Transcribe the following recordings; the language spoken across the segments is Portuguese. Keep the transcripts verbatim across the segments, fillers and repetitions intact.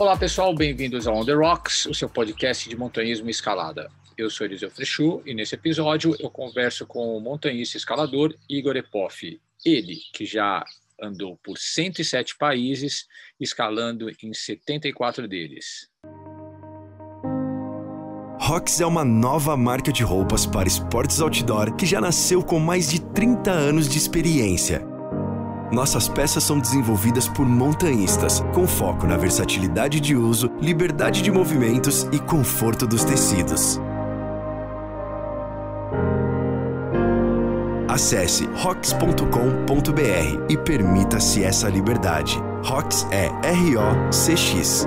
Olá pessoal, bem-vindos ao On The Rocks, o seu podcast de montanhismo e escalada. Eu sou Eliseu Frechu e nesse episódio eu converso com o montanhista escalador Igor Epoffi. Ele, que já andou por cento e sete países, escalando em setenta e quatro deles. Rocks é uma nova marca de roupas para esportes outdoor que já nasceu com mais de trinta anos de experiência. Nossas peças são desenvolvidas por montanhistas, com foco na versatilidade de uso, liberdade de movimentos e conforto dos tecidos. Acesse rocks ponto com ponto b r e permita-se essa liberdade. Rocks é R O C X.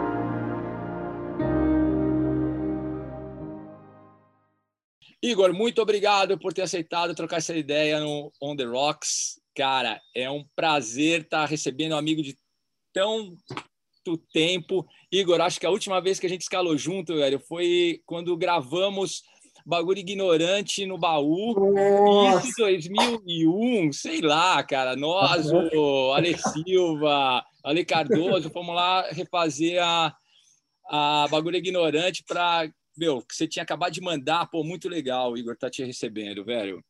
Igor, muito obrigado por ter aceitado trocar essa ideia no On The Rocks. Cara, é um prazer estar recebendo um amigo de tanto tempo. Igor, acho que a última vez que a gente escalou junto, velho, foi quando gravamos Bagulho Ignorante no Baú. Nossa. Isso em dois mil e um, sei lá, cara. Nós, o Ale Silva, Ale Cardoso, fomos lá refazer a, a Bagulho Ignorante para... Meu, que você tinha acabado de mandar, pô, muito legal, Igor, tá te recebendo, velho.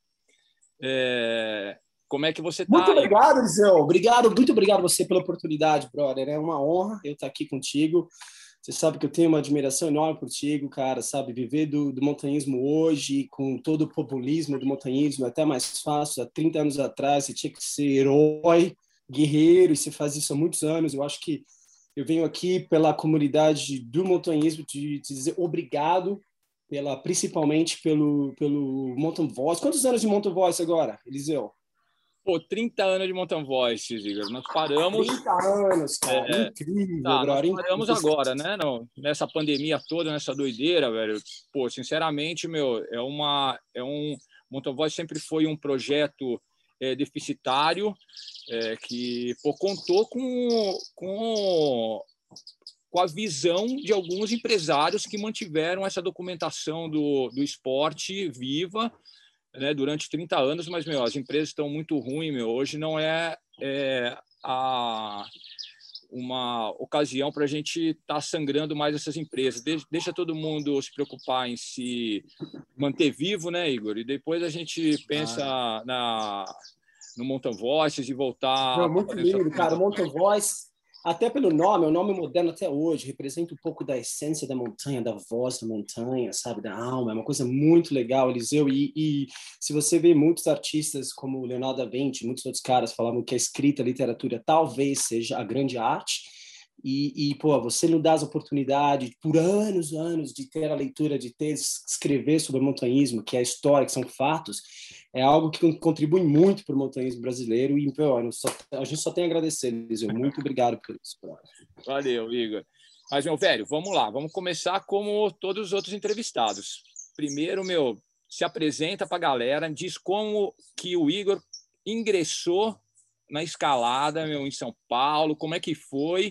É... Como é que você tá? Muito obrigado, Eliseu. Obrigado, muito obrigado você pela oportunidade, brother. É uma honra eu estar aqui contigo. Você sabe que eu tenho uma admiração enorme por ti, cara, sabe? Viver do, do montanhismo hoje, com todo o populismo do montanhismo, é até mais fácil. Há trinta anos atrás, você tinha que ser herói, guerreiro, e você faz isso há muitos anos. Eu acho que eu venho aqui pela comunidade do montanhismo te, te dizer obrigado, pela, principalmente pelo, pelo Mountain Voice. Quantos anos de Mountain Voice agora, Eliseu? Pô, trinta anos de Mountain Voices, Igor. Nós paramos... trinta anos, cara. É, incrível, tá, brother. nós paramos incrível. agora, né? Não, nessa pandemia toda, nessa doideira, velho. Pô, sinceramente, meu, é uma... É um, Mountain Voice sempre foi um projeto é, deficitário, é, que pô, contou com, com, com a visão de alguns empresários que mantiveram essa documentação do, do esporte viva, né, durante trinta anos, mas meu, as empresas estão muito ruins, meu. Hoje não é, é a, uma ocasião para a gente estar tá sangrando mais essas empresas. Deixa, deixa todo mundo se preocupar em se manter vivo, né, Igor? E depois a gente pensa ah. na, no Mountain Voices e voltar... Não, muito lindo, cara. O Mountain Voice, até pelo nome, é um nome moderno até hoje, representa um pouco da essência da montanha, da voz da montanha, sabe, da alma. É uma coisa muito legal, Eliseu. E, e se você vê muitos artistas como Leonardo da Vinci, muitos outros caras falavam que a escrita, a literatura, talvez seja a grande arte. E, e pô, você não dá as oportunidades por anos, anos de ter a leitura, de ter escrever sobre o montanhismo, que é a história, que são fatos, é algo que contribui muito para o montanhismo brasileiro. E pô, só, a gente só tem a agradecer, Eliseu. Muito obrigado por isso. Brother. Valeu, Igor. Mas, meu velho, vamos lá. Vamos começar como todos os outros entrevistados. Primeiro, meu, se apresenta para a galera, diz como que o Igor ingressou na escalada, meu, em São Paulo, como é que foi.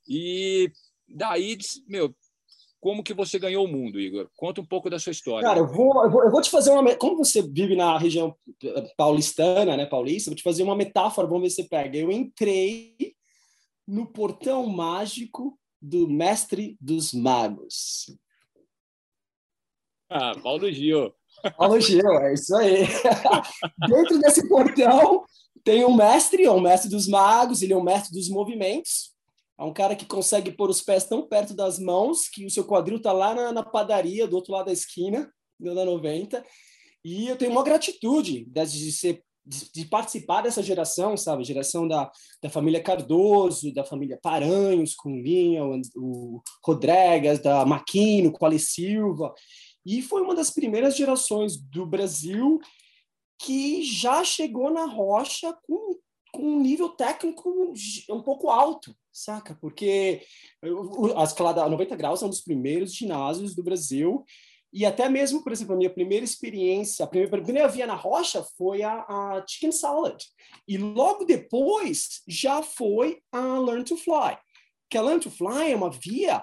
E daí, meu, como que você ganhou o mundo, Igor? Conta um pouco da sua história. Cara, eu vou, eu vou, eu vou te fazer uma... Como você vive na região paulistana, né, paulista, eu vou te fazer uma metáfora, vamos ver se você pega. Eu entrei no portão mágico do Mestre dos Magos. Ah, Paulo Gil. Paulo Gil, é isso aí. Dentro desse portão tem um mestre, é um mestre dos magos, ele é um mestre dos movimentos. É um cara que consegue pôr os pés tão perto das mãos que o seu quadril está lá na, na padaria, do outro lado da esquina, da noventa. E eu tenho uma gratitude de, ser, de, de participar dessa geração, sabe? Geração da, da família Cardoso, da família Paranhos, com Linha, o, o Rodrigues, da Maquino, com Ale Silva. E foi uma das primeiras gerações do Brasil que já chegou na rocha com, com um nível técnico um pouco alto. Saca? Porque a escalada noventa graus é um dos primeiros ginásios do Brasil e até mesmo, por exemplo, a minha primeira experiência, a primeira, a primeira via na rocha foi a, a Chicken Salad e logo depois já foi a Learn to Fly, que a Learn to Fly é uma via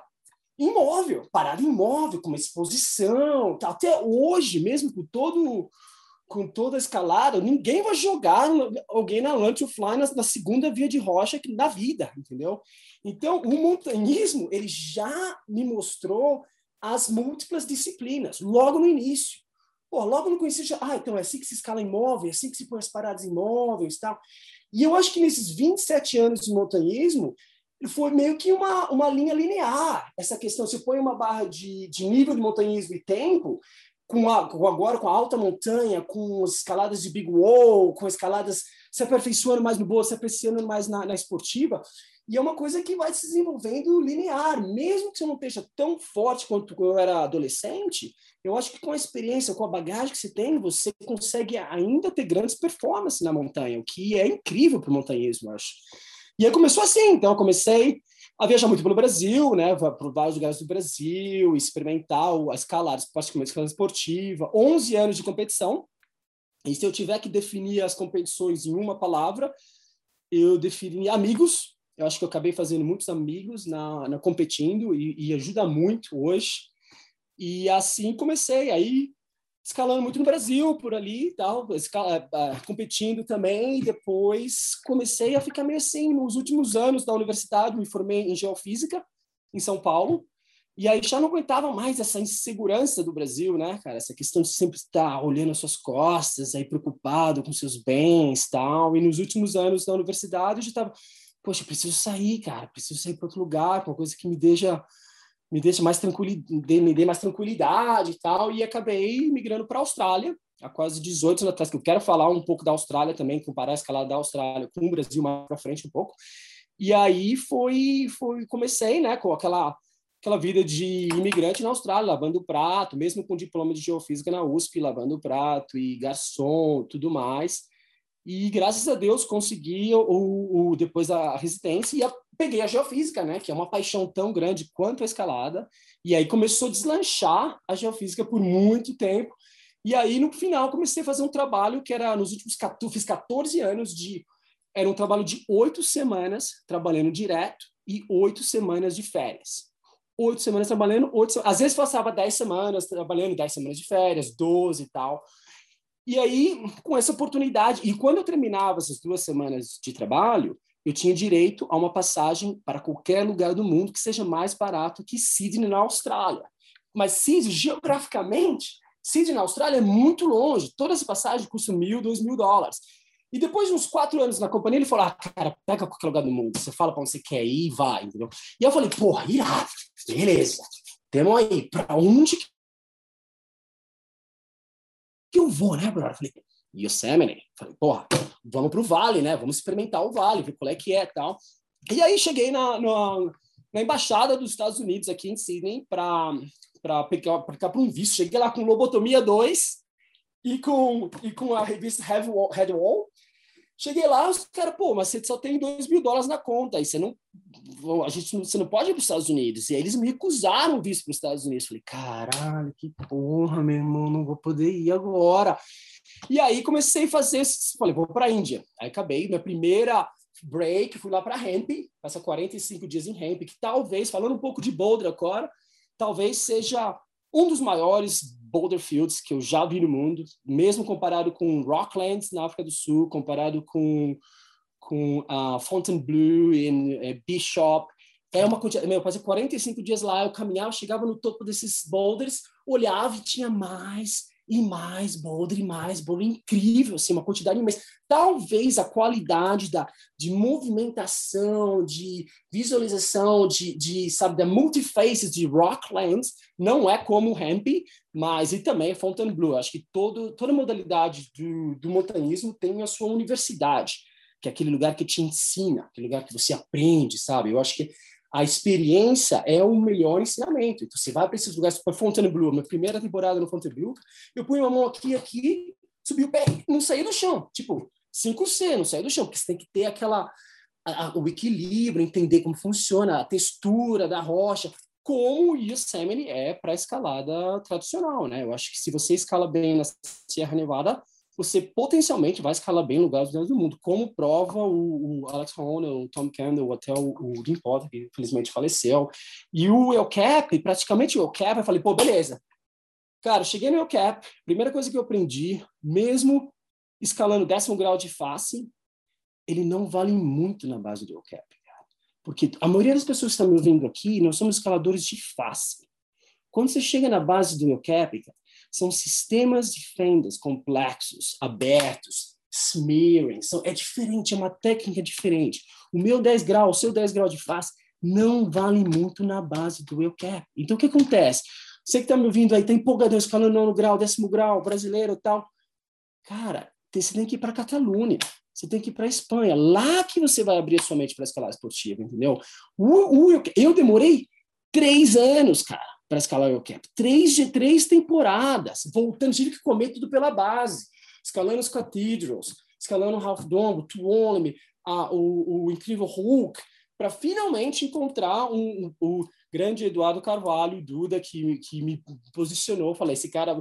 imóvel, parada imóvel, com uma exposição, até hoje, mesmo com todo com toda a escalada, ninguém vai jogar alguém na Learn to Fly na, na segunda via de rocha na vida, entendeu? Então, o montanhismo, ele já me mostrou as múltiplas disciplinas, logo no início. Pô, logo no início, já, ah, então é assim que se escala imóvel, é assim que se põe as paradas imóveis e tal. E eu acho que nesses vinte e sete anos de montanhismo, foi meio que uma, uma linha linear. Essa questão, se põe uma barra de, de nível de montanhismo e tempo, com, a, com agora com a alta montanha, com as escaladas de big wall, com escaladas se aperfeiçoando mais no boa, se aperfeiçoando mais na, na esportiva, e é uma coisa que vai se desenvolvendo linear. Mesmo que você não esteja tão forte quanto eu era adolescente, eu acho que com a experiência, com a bagagem que você tem, você consegue ainda ter grandes performances na montanha, o que é incrível para o montanhismo, eu acho. E aí começou assim, então eu comecei a viajar muito pelo Brasil, né, para vários lugares do Brasil, experimentar a escalada, praticamente escalada esportiva, onze anos de competição, e se eu tiver que definir as competições em uma palavra, eu defini amigos. Eu acho que eu acabei fazendo muitos amigos na, na competindo e, e ajuda muito hoje. E assim comecei, aí escalando muito no Brasil, por ali e tal, escala, competindo também. E depois comecei a ficar meio assim, nos últimos anos da universidade, me formei em Geofísica, em São Paulo, e aí já não aguentava mais essa insegurança do Brasil, né, cara? Essa questão de sempre estar olhando as suas costas, aí preocupado com seus bens e tal. E nos últimos anos da universidade eu já estava, poxa, preciso sair, cara, preciso sair para outro lugar, uma coisa que me deixa... me deixa mais tranquilidade, me dê mais tranquilidade e tal, e acabei migrando para a Austrália, há quase dezoito anos atrás, que eu quero falar um pouco da Austrália também, comparar a escalada da Austrália com o Brasil mais para frente um pouco. E aí foi, foi comecei, né, com aquela, aquela vida de imigrante na Austrália, lavando prato, mesmo com diploma de geofísica na U S P, lavando prato e garçom, tudo mais. E graças a Deus consegui o, o, depois a residência e a, peguei a geofísica, né, que é uma paixão tão grande quanto a escalada. E aí começou a deslanchar a geofísica por muito tempo. E aí no final comecei a fazer um trabalho que era nos últimos fiz catorze anos de era um trabalho de oito semanas trabalhando direto e oito semanas de férias. Oito semanas trabalhando, oito às vezes passava dez semanas trabalhando, dez semanas de férias, doze e tal. E aí, com essa oportunidade, e quando eu terminava essas duas semanas de trabalho, eu tinha direito a uma passagem para qualquer lugar do mundo que seja mais barato que Sydney, na Austrália. Mas Sydney, geograficamente, Sydney, na Austrália, é muito longe. Todas as passagens custam mil, dois mil dólares. E depois de uns quatro anos na companhia, ele falou, ah, cara, pega qualquer lugar do mundo. Você fala para onde você quer ir e vai, entendeu? E eu falei, porra, irado, beleza. Temos aí, para onde que eu vou, né, brother? Falei, Yosemite. Falei, porra, vamos pro Vale, né? Vamos experimentar o Vale, ver qual é que é e tal. E aí cheguei na, na, na embaixada dos Estados Unidos aqui em Sydney para aplicar para um visto. Cheguei lá com Lobotomia dois e com, e com a revista Headwall. Cheguei lá, os caras, pô, mas você só tem dois mil dólares na conta, aí você não, a gente não, você não pode ir para os Estados Unidos. E aí eles me recusaram o visto para os Estados Unidos. Falei, caralho, que porra, meu irmão, não vou poder ir agora. E aí comecei a fazer, falei, vou para a Índia. Aí acabei, minha primeira break, fui lá para Hempe, passar quarenta e cinco dias em Hempe, que talvez, falando um pouco de boulder agora, talvez seja um dos maiores boulder fields que eu já vi no mundo, mesmo comparado com Rocklands na África do Sul, comparado com com uh, Fontainebleau em uh, Bishop. É uma quantidade, eu passei quarenta e cinco dias lá, eu caminhava, chegava no topo desses boulders, olhava e tinha mais e mais boulder e mais boulder, incrível, assim, uma quantidade imensa. Talvez a qualidade da, de movimentação, de visualização, de, de sabe, da multifaces de Rocklands não é como o Hempe, mas e também Fontainebleau. Acho que todo, toda modalidade do, do montanhismo tem a sua universidade, que é aquele lugar que te ensina, aquele lugar que você aprende, sabe? Eu acho que a experiência é o melhor ensinamento. Então, você vai para esses lugares, para Fontainebleau, minha primeira temporada no Fontainebleau, eu punho uma mão aqui, aqui, subi o pé, não saí do chão. Tipo, cinco C, não saí do chão, porque você tem que ter aquela, a, a, o equilíbrio, entender como funciona a textura da rocha, como o Yosemite é para escalada tradicional, né? Eu acho que se você escala bem na Sierra Nevada, você potencialmente vai escalar bem lugares do mundo, como prova o, o Alex Honnold, o Tom Kendall, até o, o Dean Potter, que infelizmente faleceu. E o El Cap, praticamente o El Cap, eu falei, pô, beleza, Cara, cheguei no E L C A P, primeira coisa que eu aprendi, mesmo escalando décimo grau de face, ele não vale muito na base do E L C A P, cara. Porque a maioria das pessoas que estão me ouvindo aqui, nós somos escaladores de face. Quando você chega na base do E L C A P, cara, são sistemas de fendas complexos, abertos, smearing, são, é diferente, é uma técnica diferente. O meu dez graus, o seu dez graus de face, não vale muito na base do E L C A P. Então, o que acontece? Você que está me ouvindo aí, está empolgadão, escalando nono grau, décimo grau, brasileiro e tal. Cara, você tem que ir para a Catalunha, você tem que ir para a Espanha. Lá que você vai abrir a sua mente para escalar esportiva, entendeu? O, o, eu demorei três anos, cara, para escalar o E L C A P. Três de três temporadas. Voltando, tive que comer tudo pela base. Escalando os Cathedrals, escalando o Half Dome, o Tuolumne, o, o incrível Hulk, para finalmente encontrar um, um, o grande Eduardo Carvalho, Duda, que, que me posicionou. Falei, esse cara,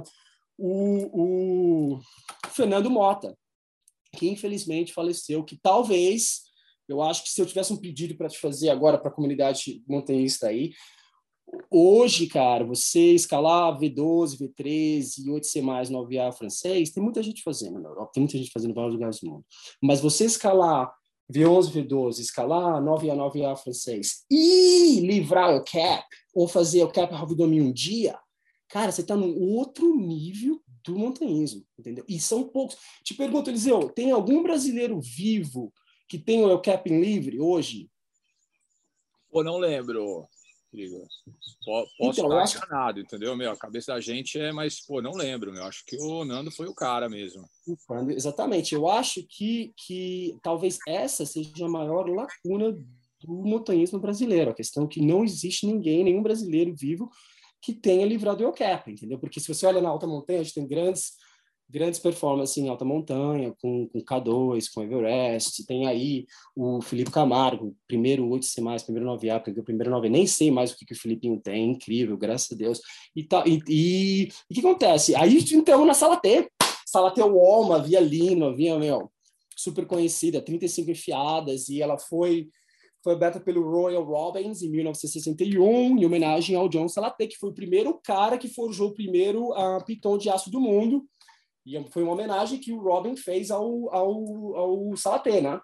o, o Fernando Mota, que infelizmente faleceu, que talvez, eu acho que se eu tivesse um pedido para te fazer agora para a comunidade montanhista aí, hoje, cara, você escalar V doze, V treze, oito C mais, nove A francês, tem muita gente fazendo na Europa, tem muita gente fazendo em vários lugares do mundo. Mas você escalar V onze, V doze, escalar nove A, nove A francês e livrar o C A P, ou fazer o C A P Half Dome em um dia, cara, você está num outro nível do montanhismo, entendeu? E são poucos. Te pergunto, Eliseu, tem algum brasileiro vivo que tem o C A P em livre hoje? Pô, não lembro. Posso então, estar acho... enganado, entendeu? Meu, a cabeça da gente é, mas, pô, não lembro, meu. Acho que o Nando foi o cara mesmo. Exatamente. Eu acho que, que talvez essa seja a maior lacuna do montanhismo brasileiro. A questão é que não existe ninguém, nenhum brasileiro vivo que tenha livrado o E L C A P, entendeu? Porque se você olha na alta montanha, a gente tem grandes, grandes performances em alta montanha, com, com K dois, com Everest. Tem aí o Felipe Camargo, primeiro oito C mais, primeiro nove A, pegou o primeiro nove A. Nem sei mais o que, que o Felipinho tem, incrível, graças a Deus. E tá, e, e, e o que acontece? Aí entramos na Sala T. Sala T Wall, uma via linda, uma via, meu, super conhecida, trinta e cinco enfiadas, e ela foi... foi aberta pelo Royal Robbins em mil novecentos e sessenta e um, em homenagem ao John Salaté, que foi o primeiro cara que forjou o primeiro uh, piton de aço do mundo. E foi uma homenagem que o Robin fez ao, ao, ao Salaté, né?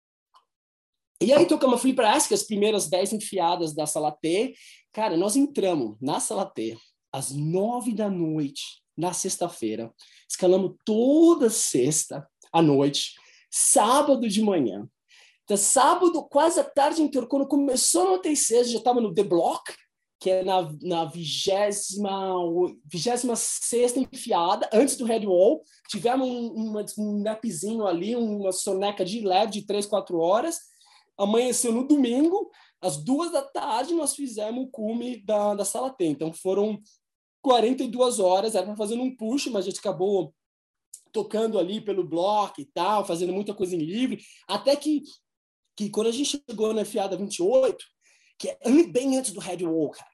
E aí tocamos Free Press, as primeiras dez enfiadas da Salaté. Cara, nós entramos na Salaté às nove da noite, na sexta-feira. Escalamos toda sexta à noite, sábado de manhã. Então, sábado, quase à tarde, então, quando começou a anoitecer, já estava no The Block, que é na, na vigésima, vigésima sexta enfiada, antes do Red Wall. Tivemos um, uma, um napzinho ali, uma soneca de leve de três, quatro horas. Amanheceu no domingo, às duas da tarde, nós fizemos o cume da, da Sala T. Então, foram quarenta e duas horas, era para fazer um push, mas a gente acabou tocando ali pelo bloco e tal, fazendo muita coisa em livre, até que que quando a gente chegou na enfiada vinte e oito, que é bem antes do Red Wall, cara,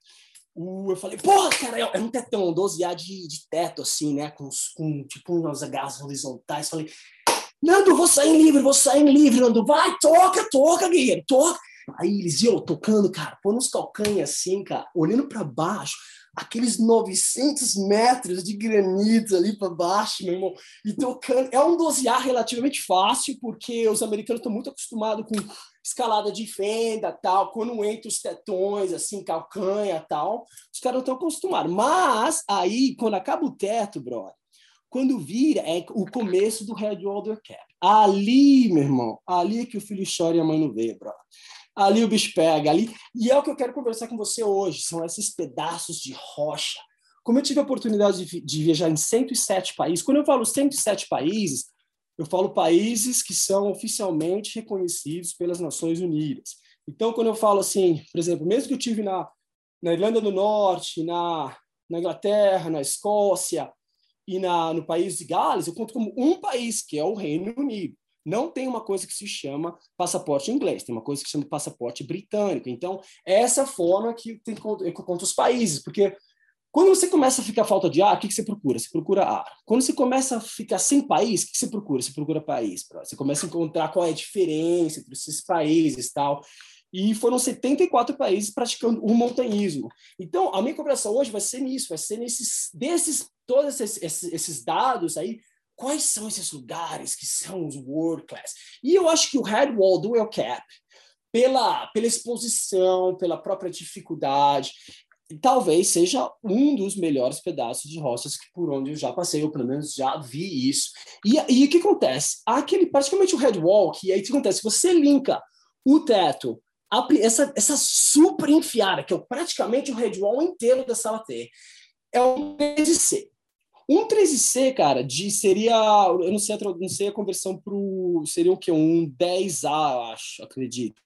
eu falei, porra, cara, é um tetão, doze A de, de teto, assim, né, com, com tipo umas agarras horizontais. Falei, Nando, vou sair em livre, vou sair em livre, Nando, vai, toca, toca, guerreiro, toca. Aí eles iam tocando, cara, pôr nos calcanhas assim, cara, olhando para baixo, aqueles novecentos metros de granito ali para baixo, meu irmão, e tocando. É um doze A relativamente fácil, porque os americanos estão muito acostumados com escalada de fenda, tal, quando entra os tetões, assim, calcanha, tal, os caras não estão acostumados. Mas aí, quando acaba o teto, brother, quando vira, é o começo do Red Wall do Cap. Ali, meu irmão, ali é que o filho chora e a mãe não vê, brother. Ali o bicho pega, ali. E é o que eu quero conversar com você hoje, são esses pedaços de rocha. Como eu tive a oportunidade de, de viajar em cento e sete países, quando eu falo cento e sete países, eu falo países que são oficialmente reconhecidos pelas Nações Unidas. Então, quando eu falo assim, por exemplo, mesmo que eu tive na, na Irlanda do Norte, na, na Inglaterra, na Escócia e na, no país de Gales, eu conto como um país, que é o Reino Unido. Não tem uma coisa que se chama passaporte inglês, tem uma coisa que se chama passaporte britânico. Então, é essa forma que tem que contar os países, porque quando você começa a ficar falta de ar, o que você procura? Você procura ar. Quando você começa a ficar sem país, o que você procura? Você procura país. Você começa a encontrar qual é a diferença entre esses países e tal. e foram setenta e quatro países praticando o montanhismo. Então, a minha cooperação hoje vai ser nisso, vai ser nesses, desses, todos esses, esses dados aí, quais são esses lugares que são os world class. E eu acho que o headwall do El Cap, pela, pela exposição, pela própria dificuldade, talvez seja um dos melhores pedaços de rochas que por onde eu já passei, eu pelo menos já vi isso. E, e o que acontece? Aquele, praticamente o headwall, que aí o que acontece? Você linka o teto, a, essa, essa super enfiada, que é praticamente o headwall inteiro da sala T, é um treze C. Um treze C, cara, de, seria, eu não sei, a, não sei a conversão para o, seria o quê? Um dez A, eu acho, acredito.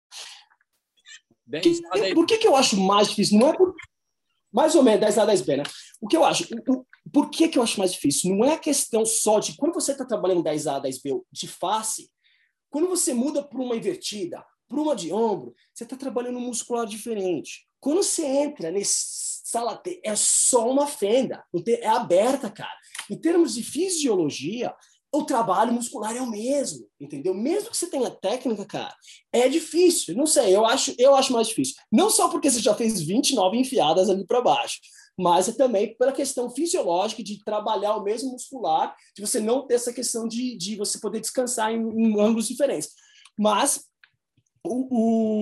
Que, por que, que eu acho mais difícil? Não é por, mais ou menos dez A, dez B, né? O que eu acho? O, por que, que eu acho mais difícil? Não é a questão só de quando você está trabalhando dez A, dez B de face, quando você muda para uma invertida, para uma de ombro, você está trabalhando um muscular diferente. Quando você entra nesse sala T, é só uma fenda, é aberta, cara. Em termos de fisiologia, o trabalho muscular é o mesmo, entendeu? Mesmo que você tenha técnica, cara, é difícil. Não sei, eu acho, eu acho mais difícil. Não só porque você já fez vinte e nove enfiadas ali para baixo, mas é também pela questão fisiológica de trabalhar o mesmo muscular, de você não ter essa questão de, de você poder descansar em, em ângulos diferentes. Mas o,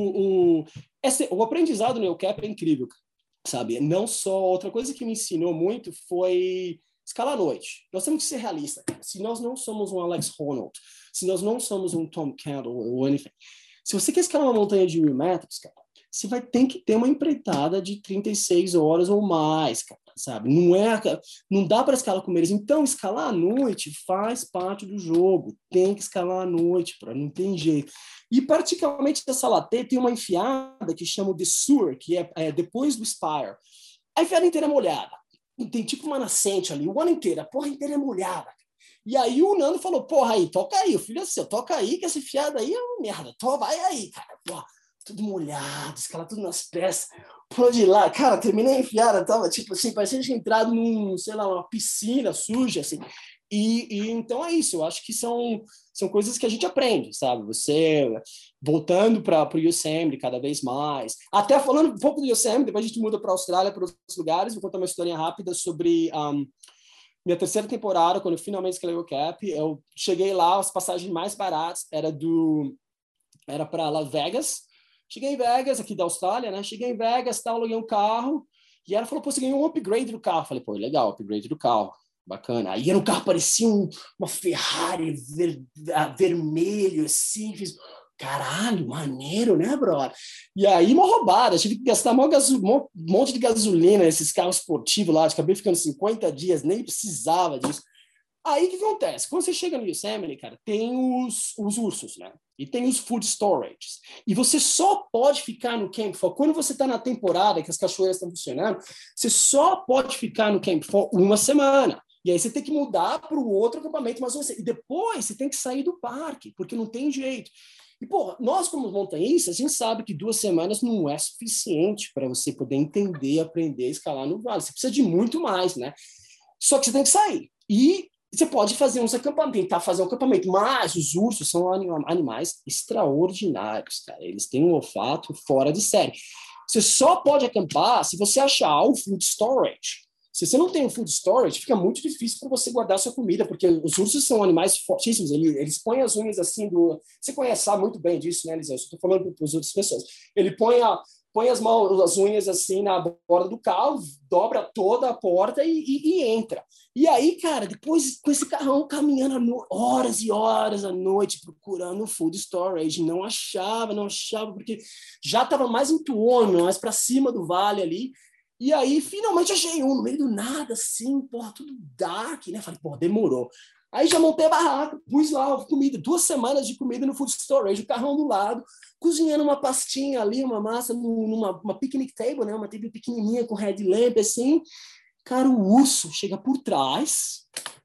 o, o, esse, o aprendizado no El Cap é incrível, sabe? Não só... Outra coisa que me ensinou muito foi escalar à noite. Nós temos que ser realistas. Se nós não somos um Alex Honnold, se nós não somos um Tom Kendall ou anything, se você quer escalar uma montanha de mil metros, cara, você vai ter que ter uma empreitada de trinta e seis horas ou mais, cara, sabe? Não é, não dá para escalar com eles. Então, escalar à noite faz parte do jogo. Tem que escalar à noite, para não tem jeito. E, particularmente, essa latte tem uma enfiada que chama de Sur, que é, é depois do Spire. A enfiada inteira é molhada. Tem tipo uma nascente ali, o ano inteiro, a porra inteira é molhada. E aí o Nando falou, porra aí, toca aí, o filho é seu, toca aí, que essa enfiada aí é uma merda. Tô, vai aí, cara, porra. Tudo molhado, escala tudo nas peças. Pô, de lá, cara, terminei a enfiada, tava tipo assim, parecia que tinha entrado num, sei lá, uma piscina suja, assim. E, e então é isso, eu acho que são, são coisas que a gente aprende, sabe? Você voltando para o Yosemite cada vez mais. Até falando um pouco do Yosemite, depois a gente muda para a Austrália, para outros lugares. Vou contar uma historinha rápida sobre um, minha terceira temporada, quando eu finalmente escalei o Cap. Eu cheguei lá, as passagens mais baratas era do era para Las Vegas. Cheguei em Vegas, aqui da Austrália, né? Cheguei em Vegas, tal, aluguei um carro. E ela falou, pô, você ganhou um upgrade do carro. Falei, pô, legal, upgrade do carro. Bacana. Aí era um carro, parecia um, uma Ferrari ver, vermelho, assim. Fiz, caralho, maneiro, né, brother? E aí, uma roubada. Tive que gastar um gaso, monte de gasolina nesses carros esportivos lá. Acabei ficando cinquenta dias, nem precisava disso. Aí, o que acontece? Quando você chega no Yosemite, cara, tem os, os ursos, né? E tem os food storages. E você só pode ficar no Camp Four. Quando você está na temporada que as cachoeiras estão funcionando, você só pode ficar no Camp Four uma semana. E aí você tem que mudar para o outro acampamento, mas você... e depois você tem que sair do parque, porque não tem jeito. E, pô, nós como montanhistas, a gente sabe que duas semanas não é suficiente para você poder entender, aprender a escalar no vale. Você precisa de muito mais, né? Só que você tem que sair. E você pode fazer uns acampamentos, tentar fazer um acampamento, mas os ursos são animais extraordinários, cara. Eles têm um olfato fora de série. Você só pode acampar se você achar o food storage. Se você não tem um food storage, fica muito difícil para você guardar sua comida, porque os ursos são animais fortíssimos, eles, eles põem as unhas assim do... Você conhece, sabe muito bem disso, né, Eliseu? Eu estou falando para as outras pessoas. Ele põe, a, põe as, mãos, as unhas assim na borda do carro, dobra toda a porta e, e, e entra. E aí, cara, depois com esse carrão caminhando no... horas e horas à noite, procurando food storage, não achava, não achava, porque já estava mais em Tuono, mais para cima do vale ali. E aí, finalmente, achei um no meio do nada, assim, porra, tudo dark, né? Falei, porra, demorou. Aí já montei a barraca, pus lá comida, duas semanas de comida no food storage, o carrão do lado, cozinhando uma pastinha ali, uma massa numa uma picnic table, né? Uma table pequenininha com red lamp, assim. Cara, o urso chega por trás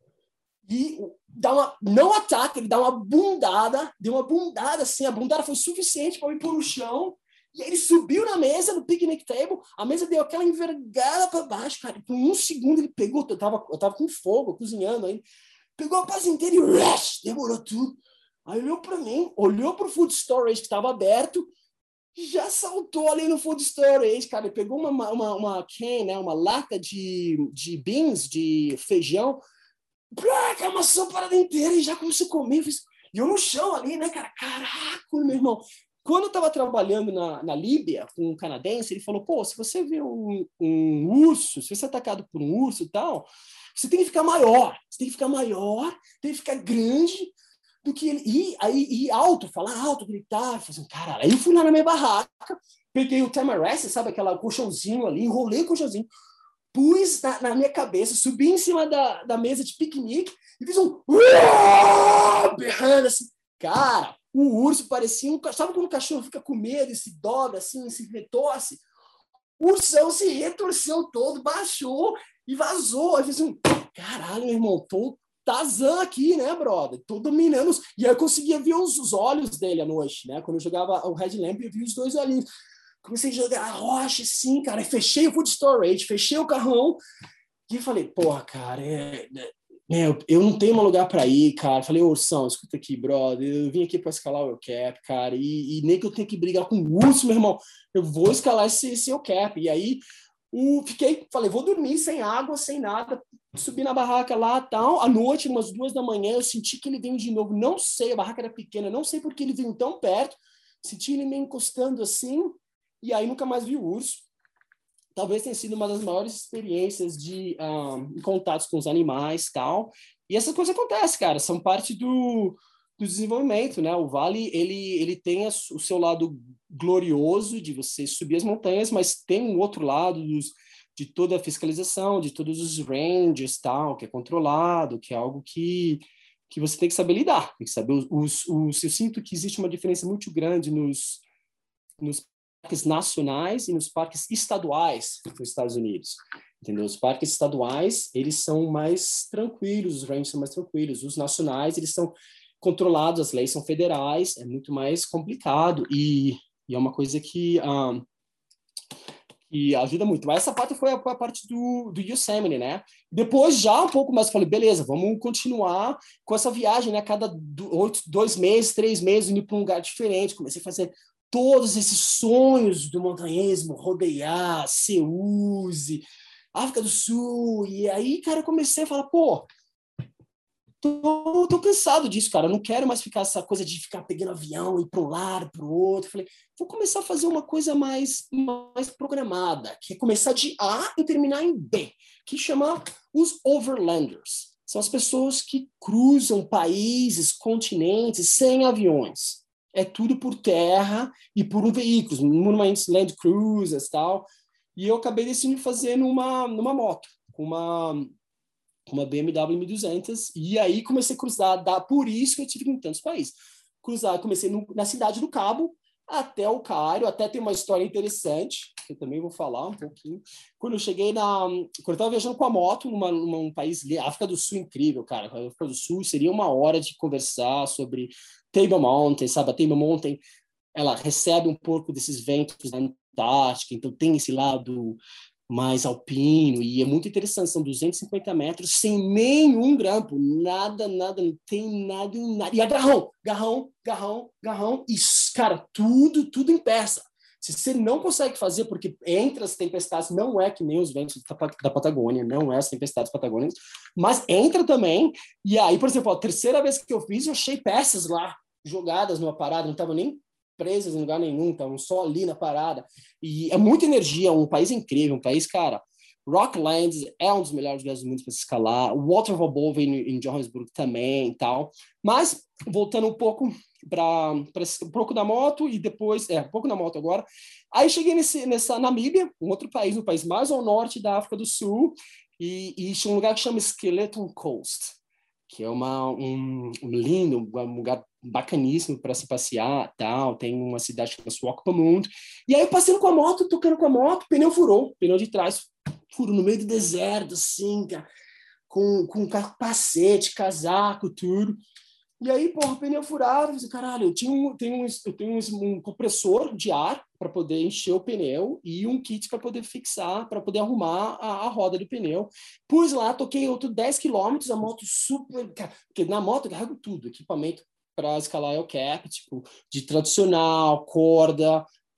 e dá uma, não ataca, ele dá uma bundada, deu uma bundada assim, a bundada foi suficiente para me pôr no chão. E aí ele subiu na mesa, no picnic table, a mesa deu aquela envergada para baixo, cara. Por um segundo ele pegou, eu tava, eu tava com fogo, cozinhando aí, pegou a paz inteira e rush, demorou tudo. Aí olhou para mim, olhou para o food storage que estava aberto, já saltou ali no food storage, cara. Ele pegou uma, uma, uma can, né? Uma lata de, de beans, de feijão, placa, amassou a parada inteira e já começou a comer. E eu no chão ali, né, cara? Caraca, meu irmão. Quando eu estava trabalhando na, na Líbia com um canadense, ele falou, pô, se você vê um, um urso, se você é atacado por um urso e tal, você tem que ficar maior. Você tem que ficar maior, tem que ficar grande do que ele. E, aí, e alto, falar alto, gritar. Falei assim, caralho. Aí eu fui lá na minha barraca, peguei o tamarest, sabe, aquele colchãozinho ali, enrolei o colchãozinho, pus na, na minha cabeça, subi em cima da, da mesa de piquenique e fiz um berrando assim. Cara, o urso parecia um... Sabe quando o cachorro fica com medo e se dobra assim, se retorce? O ursão se retorceu todo, baixou e vazou. Aí fiz um... Caralho, meu irmão, tô Tarzan aqui, né, brother? Tô dominando. Os... E aí eu conseguia ver os, os olhos dele à noite, né? Quando eu jogava o Red Lamp, eu vi os dois olhinhos. Comecei a jogar a rocha, assim, cara. E fechei o food storage, fechei o carrão. E falei, porra, cara, é... Meu, eu não tenho um lugar para ir, cara. Falei, ô, Ursão, escuta aqui, brother. Eu vim aqui para escalar o cap, cara. E, e nem que eu tenha que brigar com o urso, meu irmão. Eu vou escalar esse, esse cap. E aí, o, fiquei, falei, vou dormir sem água, sem nada. Subi na barraca lá, tal. À noite, umas duas da manhã, eu senti que ele veio de novo. Não sei, a barraca era pequena. Não sei porque ele veio tão perto. Senti ele me encostando assim. E aí, nunca mais vi o urso. Talvez tenha sido uma das maiores experiências de um, contatos com os animais, tal. E essas coisas acontecem, cara, são parte do, do desenvolvimento, né? O vale, ele, ele tem a, o seu lado glorioso de você subir as montanhas, mas tem um outro lado dos, de toda a fiscalização, de todos os ranges, tal, que é controlado, que é algo que, que você tem que saber lidar, tem que saber os, os, os, eu sinto que existe uma diferença muito grande nos, nos parques nacionais e nos parques estaduais nos Estados Unidos, entendeu? Os parques estaduais, eles são mais tranquilos, os ranges são mais tranquilos, os nacionais, eles são controlados, as leis são federais, é muito mais complicado e, e é uma coisa que, um, que ajuda muito. Mas essa parte foi a, a parte do, do Yosemite, né? Depois, já um pouco mais, falei, beleza, vamos continuar com essa viagem, né? Cada oito, dois meses, três meses, indo para um lugar diferente, comecei a fazer todos esses sonhos do montanhismo, rodear, Seuse, África do Sul, e aí, cara, eu comecei a falar, pô, tô, tô cansado disso, cara, eu não quero mais ficar essa coisa de ficar pegando avião, ir para um lado, para o outro. Falei, vou começar a fazer uma coisa mais, mais programada, que é começar de A e terminar em B, que chama os overlanders. São as pessoas que cruzam países, continentes, sem aviões. É tudo por terra e por um veículo, normalmente Land Cruisers e tal. E eu acabei decidindo fazer numa, numa moto, com uma, uma B M W mil e duzentos. E aí comecei a cruzar, da, por isso que eu tive em tantos países. Cruzar, comecei no, na cidade do Cabo, até o Cairo, até tem uma história interessante, que eu também vou falar um pouquinho. Quando eu cheguei na... Quando eu estava viajando com a moto numa, num país... África do Sul, incrível, cara. A África do Sul seria uma hora de conversar sobre Table Mountain, sabe? A Table Mountain, ela recebe um pouco desses ventos da Antártica, então tem esse lado mais alpino, e é muito interessante, são duzentos e cinquenta metros, sem nenhum grampo, nada, nada, não tem nada, nada. E é garrão, garrão, garrão, garrão, e, cara, tudo, tudo em peça. Se você não consegue fazer, porque entre as tempestades, não é que nem os ventos da Patagônia, não é as tempestades patagônicas, mas entra também, e aí, por exemplo, a terceira vez que eu fiz, eu achei peças lá, jogadas numa parada, não estavam nem presas em lugar nenhum, estavam só ali na parada. E é muita energia, um país incrível, um país, cara. Rocklands é um dos melhores lugares do mundo para se escalar. O Waterval Bowl em Johannesburg também e tal. Mas, voltando um pouco para um pouco da moto e depois, é, um pouco na moto agora. Aí cheguei nesse, nessa Namíbia, um outro país, um país mais ao norte da África do Sul, e, e tinha um lugar que chama Skeleton Coast, que é uma, um, um lindo, um lugar bacaníssimo para se passear, tal. Tem uma cidade que chama Swakopmund. E aí eu passando com a moto, tocando com a moto, pneu furou, pneu de trás furou no meio do deserto, assim, cara, com, com capacete, casaco, tudo. E aí, porra, o pneu furado, eu disse, caralho, eu, tinha um, tenho um, eu tenho um, um compressor de ar para poder encher o pneu e um kit para poder fixar, para poder arrumar a, a roda do pneu. Pus lá, toquei outro dez quilômetros, a moto super... Porque na moto eu carrego tudo, equipamento para escalar el cap, tipo, de tradicional, corda,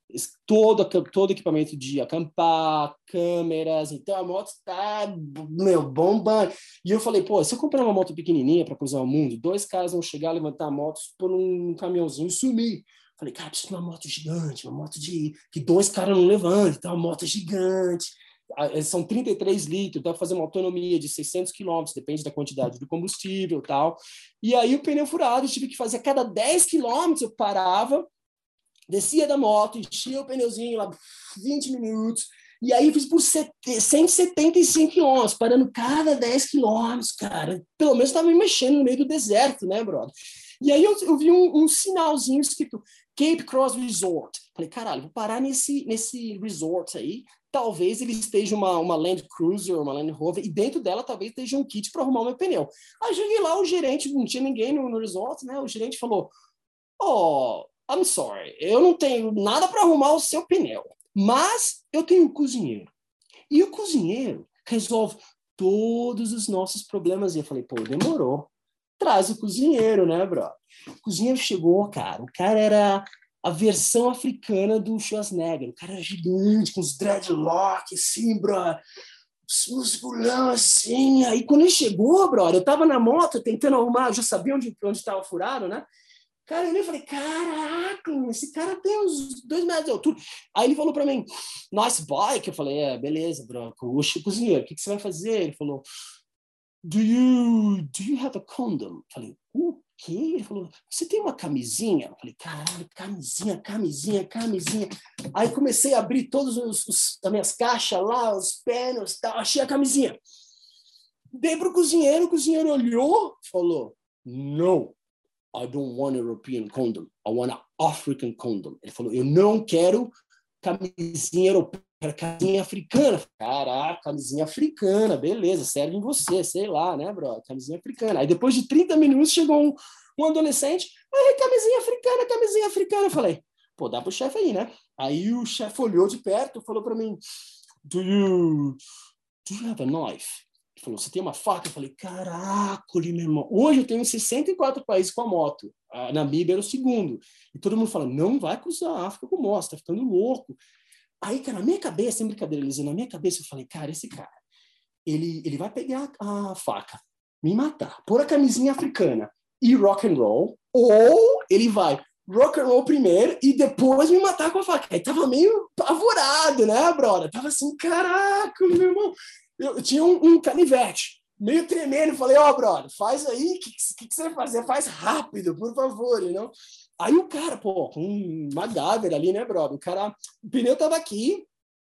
todo, todo equipamento de acampar, câmeras, então a moto está, meu, bombando. E eu falei, pô, se eu comprar uma moto pequenininha para cruzar o mundo, dois caras vão chegar, levantar a moto, por um caminhãozinho e sumir. Falei, cara, preciso de uma moto gigante, uma moto de que dois caras não levantam, então uma moto gigante. São trinta e três litros, dá para fazer uma autonomia de seiscentos quilômetros, depende da quantidade do combustível e tal. E aí o pneu furado, eu tive que fazer a cada dez quilômetros, eu parava, descia da moto, enchia o pneuzinho lá, vinte minutos, e aí eu fiz por cento e setenta e cinco quilômetros, parando cada dez quilômetros, cara. Pelo menos estava me mexendo no meio do deserto, né, brother? E aí eu, eu vi um, um sinalzinho escrito Cape Cross Resort. Falei, caralho, vou parar nesse, nesse resort aí. Talvez ele esteja uma, uma Land Cruiser, uma Land Rover, e dentro dela talvez esteja um kit para arrumar o meu pneu. Aí cheguei lá, o gerente, não tinha ninguém no, no resort, né? O gerente falou, oh, I'm sorry, eu não tenho nada para arrumar o seu pneu, mas eu tenho um cozinheiro. E o cozinheiro resolve todos os nossos problemas. E eu falei, pô, demorou. Traz o cozinheiro, né, bro? O cozinheiro chegou, cara. O cara era a versão africana do Schwarzenegger. O cara era gigante, com os dreadlocks, assim, bro. Os musculão, assim. Aí, quando ele chegou, bro, eu tava na moto tentando arrumar, eu já sabia onde onde estava furado, né? Cara, eu falei, caraca, esse cara tem uns dois metros de altura. Aí ele falou pra mim, nice bike. Eu falei, é, beleza, bro. O cozinheiro, o que, que você vai fazer? Ele falou, do you, do you have a condom? Eu falei, o quê? Ele falou, você tem uma camisinha? Eu falei, caralho, camisinha, camisinha, camisinha. Aí comecei a abrir todas as minhas caixas lá, os panos, tal, achei a camisinha. Dei pro cozinheiro, o cozinheiro olhou, falou, no. I don't want a European condom. I want an African condom. Ele falou, eu não quero camisinha europeia, quero camisinha africana. Caraca, camisinha africana, beleza, serve em você, sei lá, né, bro? Camisinha africana. Aí depois de trinta minutos chegou um, um adolescente, aí, camisinha africana, camisinha africana. Eu falei, pô, dá pro chefe aí, né? Aí o chefe olhou de perto, falou para mim, do you, do you have a knife? Ele falou, você tem uma faca? Eu falei, caraca, meu irmão. Hoje eu tenho sessenta e quatro países com a moto. A Namíbia era o segundo. E todo mundo fala, não vai cruzar a África com moto, tá ficando louco. Aí, cara, na minha cabeça, sem brincadeira, Elisa, na minha cabeça eu falei, cara, esse cara, ele, ele vai pegar a faca, me matar, pôr a camisinha africana e rock and roll, ou ele vai rock and roll primeiro e depois me matar com a faca. Aí tava meio apavorado, né, brother? Tava assim, caraca, meu irmão. Eu tinha um, um canivete, meio tremendo. Falei, ó, oh, brother, faz aí, o que, que, que você vai fazer? Faz rápido, por favor, não? Aí o cara, pô, com uma Gávea ali, né, brother? O cara, o pneu tava aqui,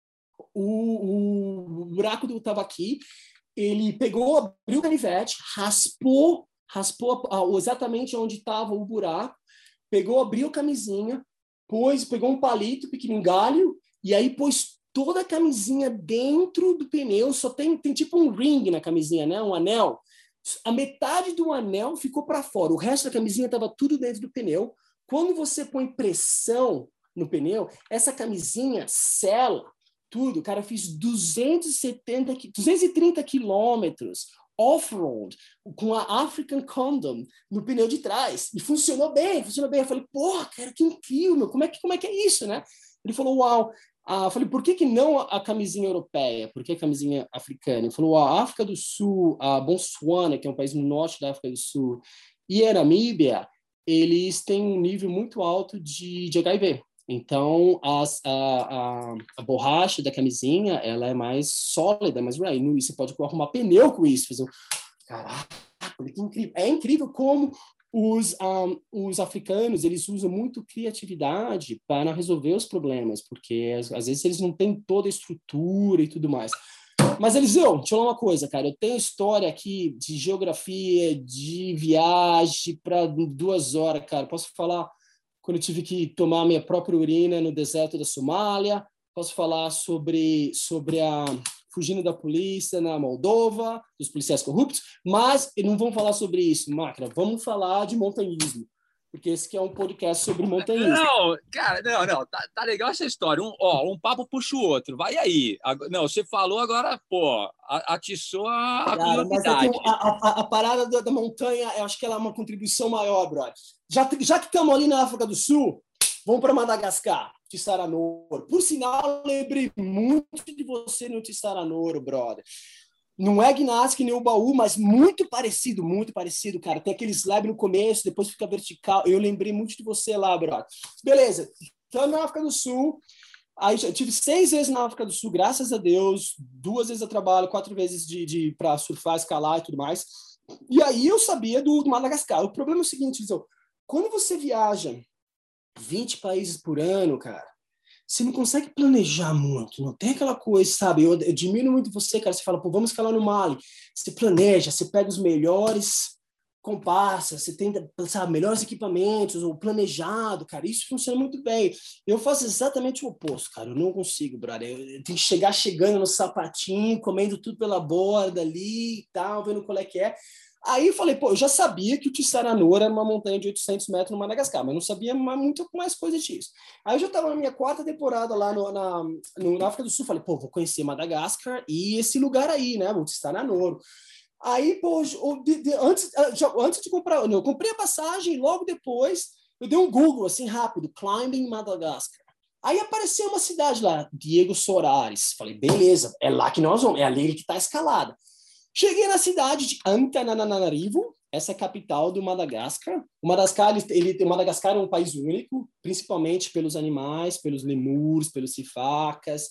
o, o buraco do tava aqui, ele pegou, abriu o canivete, raspou, raspou exatamente onde estava o buraco, pegou, abriu a camisinha, pôs, pegou um palito, pequeno galho, e aí pôs toda a camisinha dentro do pneu. Só tem, tem tipo um ring na camisinha, né? Um anel. A metade do anel ficou para fora. O resto da camisinha estava tudo dentro do pneu. Quando você põe pressão no pneu, essa camisinha sela tudo. Cara, eu fiz duzentos e setenta, duzentos e trinta quilômetros off-road com a African Condom no pneu de trás. E funcionou bem, funcionou bem. Eu falei, porra, cara, que incrível, meu. Como é que, como é que é isso, né? Ele falou, uau. Ah, eu falei, por que, que não a camisinha europeia? Por que a camisinha africana? Ele falou, a África do Sul, a Botsuana, que é um país no norte da África do Sul, e a Namíbia, eles têm um nível muito alto de, de H I V. Então, as, a, a, a borracha da camisinha, ela é mais sólida, mais right. E você pode arrumar pneu com isso. Fazer um... Caraca, que incrível. É incrível como Os, um, os africanos, eles usam muito criatividade para resolver os problemas, porque às, às vezes eles não têm toda a estrutura e tudo mais. Mas, Eliseu, deixa eu falar uma coisa, cara. Eu tenho história aqui de geografia, de viagem para duas horas, cara. Posso falar quando eu tive que tomar minha própria urina no deserto da Somália. Posso falar sobre, sobre a... fugindo da polícia na Moldova, dos policiais corruptos, mas não vamos falar sobre isso, Máquina, vamos falar de montanhismo, porque esse aqui é um podcast sobre montanhismo. Não, cara, não, não, tá, tá legal essa história, um, ó, um papo puxa o outro, vai aí. Não, você falou agora, pô, atiçou a, a cara, mas é que a, a, a parada da, da montanha, eu acho que ela é uma contribuição maior, brother. Já, já que estamos ali na África do Sul, vamos para Madagascar. Tissaranoro. Por sinal, lembrei muito de você no Tissaranoro, brother. Não é ginástica nem o baú, mas muito parecido, muito parecido, cara. Tem aquele slab no começo, depois fica vertical. Eu lembrei muito de você lá, brother. Beleza, estamos na África do Sul. Aí eu tive seis vezes na África do Sul, graças a Deus. Duas vezes a trabalho, quatro vezes de, de, para surfar, escalar e tudo mais. E aí eu sabia do, do Madagascar. O problema é o seguinte, Lisão, quando você viaja vinte países por ano, cara, você não consegue planejar muito, não tem aquela coisa, sabe? Eu, eu admiro muito você, cara. Você fala, pô, vamos escalar no Mali. Você planeja, você pega os melhores comparsas, você tem, sabe, melhores equipamentos, ou planejado, cara. Isso funciona muito bem. Eu faço exatamente o oposto, cara. Eu não consigo, brother. Eu, eu tenho que chegar chegando no sapatinho, comendo tudo pela borda ali e tal, vendo qual é que é. Aí eu falei, pô, eu já sabia que o Tissaranoro era uma montanha de oitocentos metros no Madagascar, mas não sabia mais, muito mais coisa disso. Aí eu já estava na minha quarta temporada lá no, na, no, na África do Sul, falei, pô, vou conhecer Madagascar e esse lugar aí, né, o Tissaranoro. Aí, pô, eu, de, de, antes, já, antes de comprar, eu comprei a passagem, logo depois eu dei um Google, assim, rápido, Climbing Madagascar. Aí apareceu uma cidade lá, Diego Soares. Falei, beleza, é lá que nós vamos, é ali que está a escalada. Cheguei na cidade de Antananarivo, essa é a capital do Madagascar. O Madagascar, ele, ele, o Madagascar é um país único, principalmente pelos animais, pelos lemures, pelos sifacas.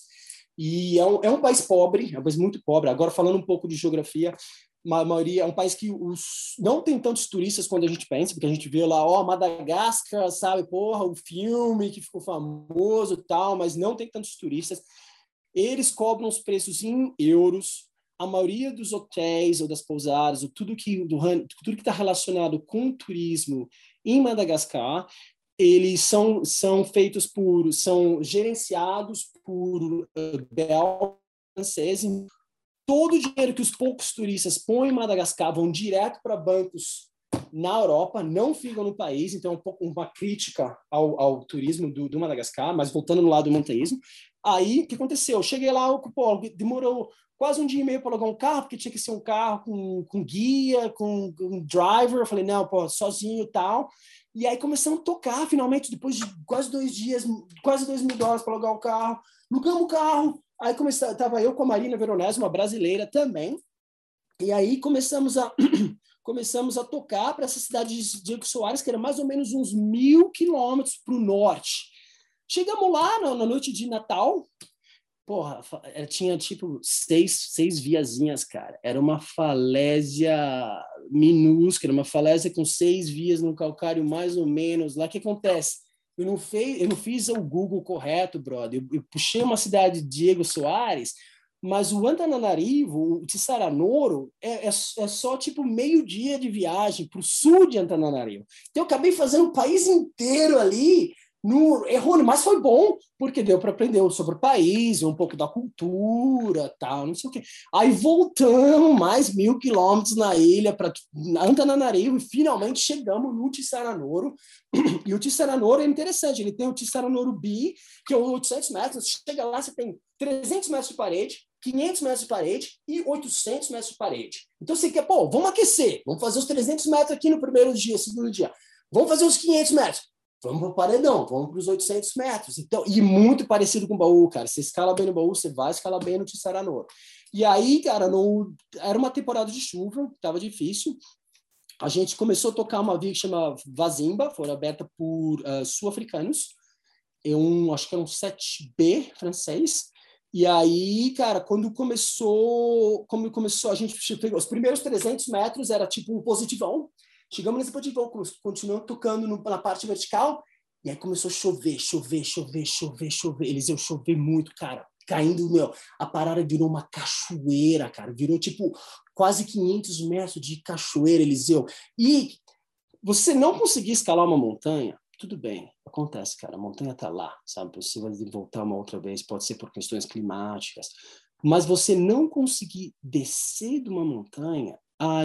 E é um, é um país pobre, é um país muito pobre. Agora, falando um pouco de geografia, a maioria é um país que os, não tem tantos turistas quando a gente pensa, porque a gente vê lá, ó, Madagascar, sabe, porra, o filme que ficou famoso e tal, mas não tem tantos turistas. Eles cobram os preços em euros. A maioria dos hotéis ou das pousadas, ou tudo que do, tudo que está relacionado com o turismo em Madagascar, eles são, são feitos por, são gerenciados por uh, belgas franceses. Todo o dinheiro que os poucos turistas põem em Madagascar vão direto para bancos na Europa, não ficam no país, então é um pouco uma crítica ao, ao turismo do, do Madagascar, mas voltando no lado do montanhismo. Aí, o que aconteceu? Eu cheguei lá, pô, demorou quase um dia e meio para alugar um carro, porque tinha que ser um carro com, com guia, com, com um driver. Eu falei, não, pô, sozinho e tal. E aí começamos a tocar, finalmente, depois de quase dois dias, quase dois mil dólares para alugar o carro. Alugamos o carro. Aí estava eu com a Marina Veronese, uma brasileira também. E aí começamos a, começamos a tocar para essa cidade de Diego Soares, que era mais ou menos uns mil quilômetros para o norte. Chegamos lá na, na noite de Natal. Porra, tinha tipo seis, seis viazinhas, cara. Era uma falésia minúscula, uma falésia com seis vias no calcário, mais ou menos. Lá o que acontece? Eu não, fei, eu não fiz o Google correto, brother. Eu, eu puxei uma cidade de Diego Soares, mas o Antananarivo, o Tissaranoro, é, é, é só tipo meio dia de viagem para o sul de Antananarivo. Então eu acabei fazendo o país inteiro ali. No, errou, mas foi bom, porque deu para aprender sobre o país, um pouco da cultura, tal, não sei o quê. Aí voltamos mais mil quilômetros na ilha para Antananarivo e finalmente chegamos no Tissaranoro. E o Tissaranoro é interessante, ele tem o Tissaranoro B, que é oitocentos metros. Chega lá, você tem trezentos metros de parede, quinhentos metros de parede e oitocentos metros de parede. Então você quer, pô, vamos aquecer, vamos fazer os trezentos metros aqui no primeiro dia, segundo dia. Vamos fazer os quinhentos metros. Vamos para o paredão, vamos para os oitocentos metros. Então, e muito parecido com o baú, cara. Você escala bem no baú, você vai escalar bem no Tissaranoro. E aí, cara, no, era uma temporada de chuva, estava difícil. A gente começou a tocar uma via que chama Vazimba, foi aberta por uh, sul-africanos. É um, acho que era um sete B francês. E aí, cara, quando começou, como começou, a gente pegou os primeiros trezentos metros, era tipo um positivão. Chegamos nesse positivão, continuamos tocando no, na parte vertical, e aí começou a chover, chover, chover, chover, chover. Eliseu, chover muito, cara. Caindo, meu, a parada virou uma cachoeira, cara. Virou, tipo, quase quinhentos metros de cachoeira, Eliseu. E você não conseguir escalar uma montanha, tudo bem, acontece, cara. A montanha tá lá, sabe? Você vai voltar uma outra vez, pode ser por questões climáticas. Mas você não conseguir descer de uma montanha,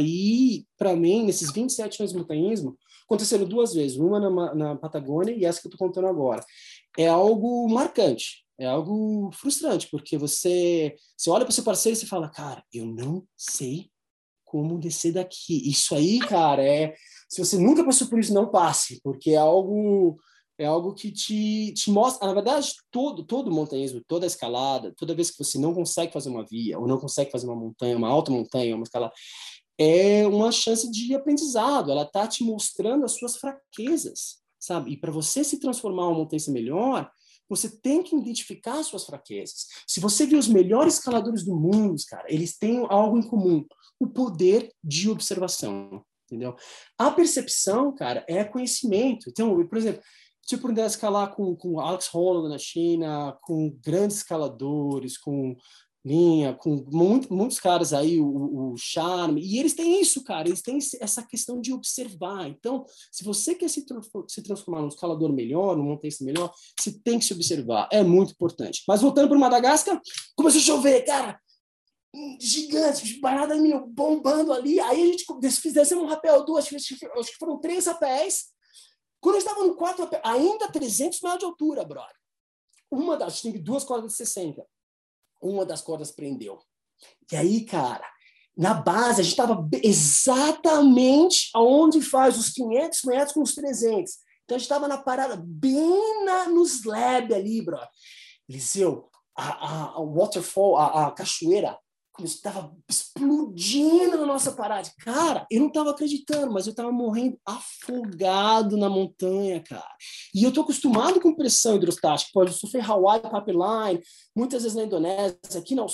aí, para mim, nesses vinte e sete anos de montanhismo, aconteceram duas vezes, uma na, na Patagônia e essa que eu estou contando agora. É algo marcante, é algo frustrante, porque você, você olha para o seu parceiro e você fala, cara, eu não sei como descer daqui. Isso aí, cara, é... Se você nunca passou por isso, não passe, porque é algo É algo que te, te mostra... Na verdade, todo, todo montanhismo, toda escalada, toda vez que você não consegue fazer uma via, ou não consegue fazer uma montanha, uma alta montanha, uma escalada, é uma chance de aprendizado. Ela está te mostrando as suas fraquezas, sabe? E para você se transformar uma montanhista melhor, você tem que identificar as suas fraquezas. Se você vê os melhores escaladores do mundo, cara, eles têm algo em comum: o poder de observação, entendeu? A percepção, cara, é conhecimento. Então, por exemplo, tipo, aprender a escalar com, com Alex Honnold na China, com grandes escaladores, com linha, com muito, muitos caras aí, o, o Charme, e eles têm isso, cara, eles têm essa questão de observar. Então, se você quer se, se transformar num escalador melhor, num montanhista melhor, você tem que se observar, é muito importante. Mas voltando para o Madagascar, começou a chover, cara, gigante, parada bombando ali, aí a gente fizemos um rapel, duas, acho que foram três rapéis. Quando eu estava no quarto rapel, ainda trezentos metros de altura, brother, uma das, tinha duas cordas de sessenta, uma das cordas prendeu. E aí, cara, na base, a gente estava exatamente aonde faz os quinhentos metros com os trezentos. Então, a gente estava na parada, bem na, no slab ali, bro. Eliseu, a, a, a waterfall, a, a cachoeira, estava explodindo na nossa parada. Cara, eu não estava acreditando, mas eu estava morrendo afogado na montanha, cara. E eu estou acostumado com pressão hidrostática. Pode sofrer Hawaii, Pipeline, muitas vezes na Indonésia, aqui na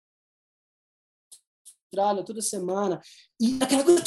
Austrália, toda semana. E aquela coisa...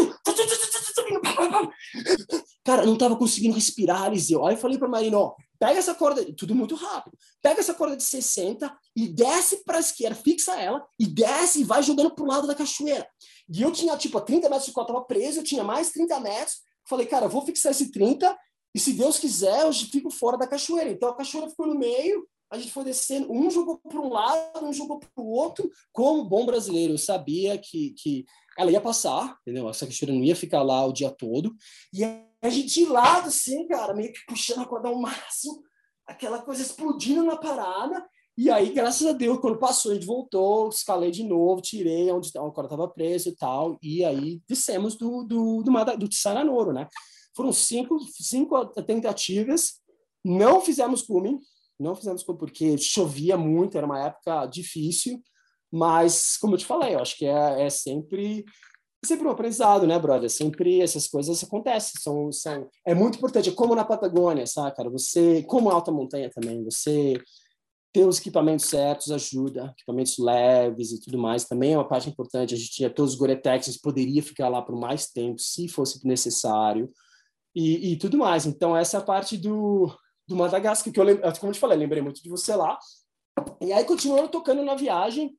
Cara, eu não estava conseguindo respirar, Eliseu. Aí eu falei para a Marina, ó, pega essa corda, tudo muito rápido, pega essa corda de sessenta e desce para a esquerda, fixa ela, e desce e vai jogando pro lado da cachoeira. E eu tinha, tipo, a trinta metros de corda, estava preso, eu tinha mais trinta metros. Falei, cara, eu vou fixar esse trinta, e se Deus quiser, eu fico fora da cachoeira. Então a cachoeira ficou no meio, a gente foi descendo, um jogou para um lado, um jogou para o outro. Como bom brasileiro, eu sabia que, que ela ia passar, entendeu? Essa cachoeira não ia ficar lá o dia todo. E a gente de lado, assim, cara, meio que puxando a corda ao máximo, aquela coisa explodindo na parada. E aí, graças a Deus, quando passou, a gente voltou, escalei de novo, tirei onde a corda estava presa e tal. E aí descemos do, do, do, do Tissananoro, né? Foram cinco, cinco tentativas, não fizemos cume, não fizemos cume porque chovia muito, era uma época difícil, mas, como eu te falei, eu acho que é, é sempre, sempre um aprendizado, né, brother? Sempre essas coisas acontecem, são, são, é muito importante, é como na Patagônia, sabe, cara? Você, como alta montanha também, você ter os equipamentos certos ajuda, equipamentos leves e tudo mais, também é uma parte importante. A gente tinha todos os Gore-Tex, a gente poderia ficar lá por mais tempo, se fosse necessário, e, e tudo mais. Então, essa é a parte do, do Madagascar, que eu, como eu te falei, lembrei muito de você lá. E aí, continuando tocando na viagem,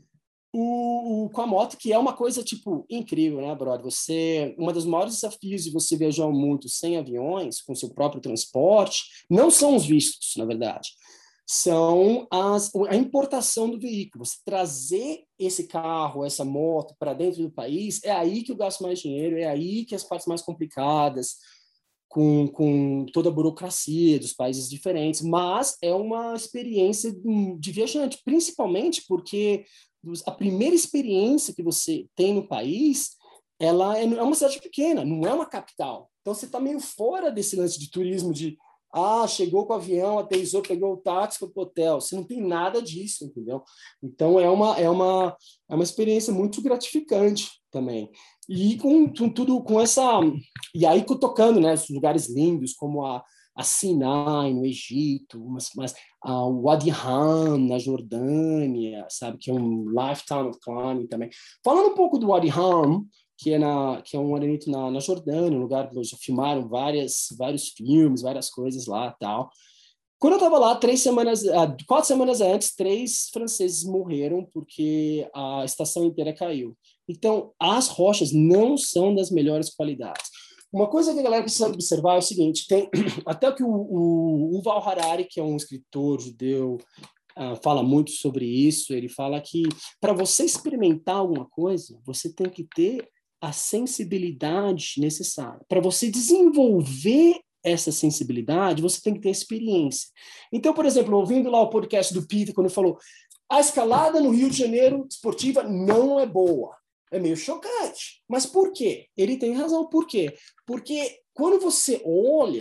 o, o, com a moto, que é uma coisa, tipo, incrível, né, brother? Você, uma dos maiores desafios de você viajar o mundo sem aviões, com seu próprio transporte, não são os vistos, na verdade. São as, a importação do veículo. Você trazer esse carro, essa moto para dentro do país, é aí que eu gasto mais dinheiro, é aí que as partes mais complicadas, com, com toda a burocracia dos países diferentes, mas é uma experiência de viajante, principalmente porque a primeira experiência que você tem no país, ela é, é uma cidade pequena, não é uma capital. Então você está meio fora desse lance de turismo de ah, chegou com o avião, aterrissou, pegou o táxi, foi pro hotel. Você não tem nada disso, entendeu? Então, é uma, é uma, é uma experiência muito gratificante também. E com, com tudo, com essa... E aí, tocando, né, lugares lindos, como a, a Sinai, no Egito, mas, mas a Wadi Rum, na Jordânia, sabe? Que é um lifetime of climbing também. Falando um pouco do Wadi Rum, que é, na, que é um arenito na, na Jordânia, um lugar que já filmaram várias, vários filmes, várias coisas lá e tal. Quando eu estava lá, três semanas, quatro semanas antes, três franceses morreram porque a estação inteira caiu. Então, as rochas não são das melhores qualidades. Uma coisa que a galera precisa observar é o seguinte, tem até que o, o Yuval Harari, que é um escritor judeu, Uh, fala muito sobre isso. Ele fala que para você experimentar alguma coisa, você tem que ter a sensibilidade necessária. Para você desenvolver essa sensibilidade, você tem que ter experiência. Então, por exemplo, ouvindo lá o podcast do Peter, quando ele falou a escalada no Rio de Janeiro esportiva não é boa. É meio chocante. Mas por quê? Ele tem razão. Por quê? Porque quando você olha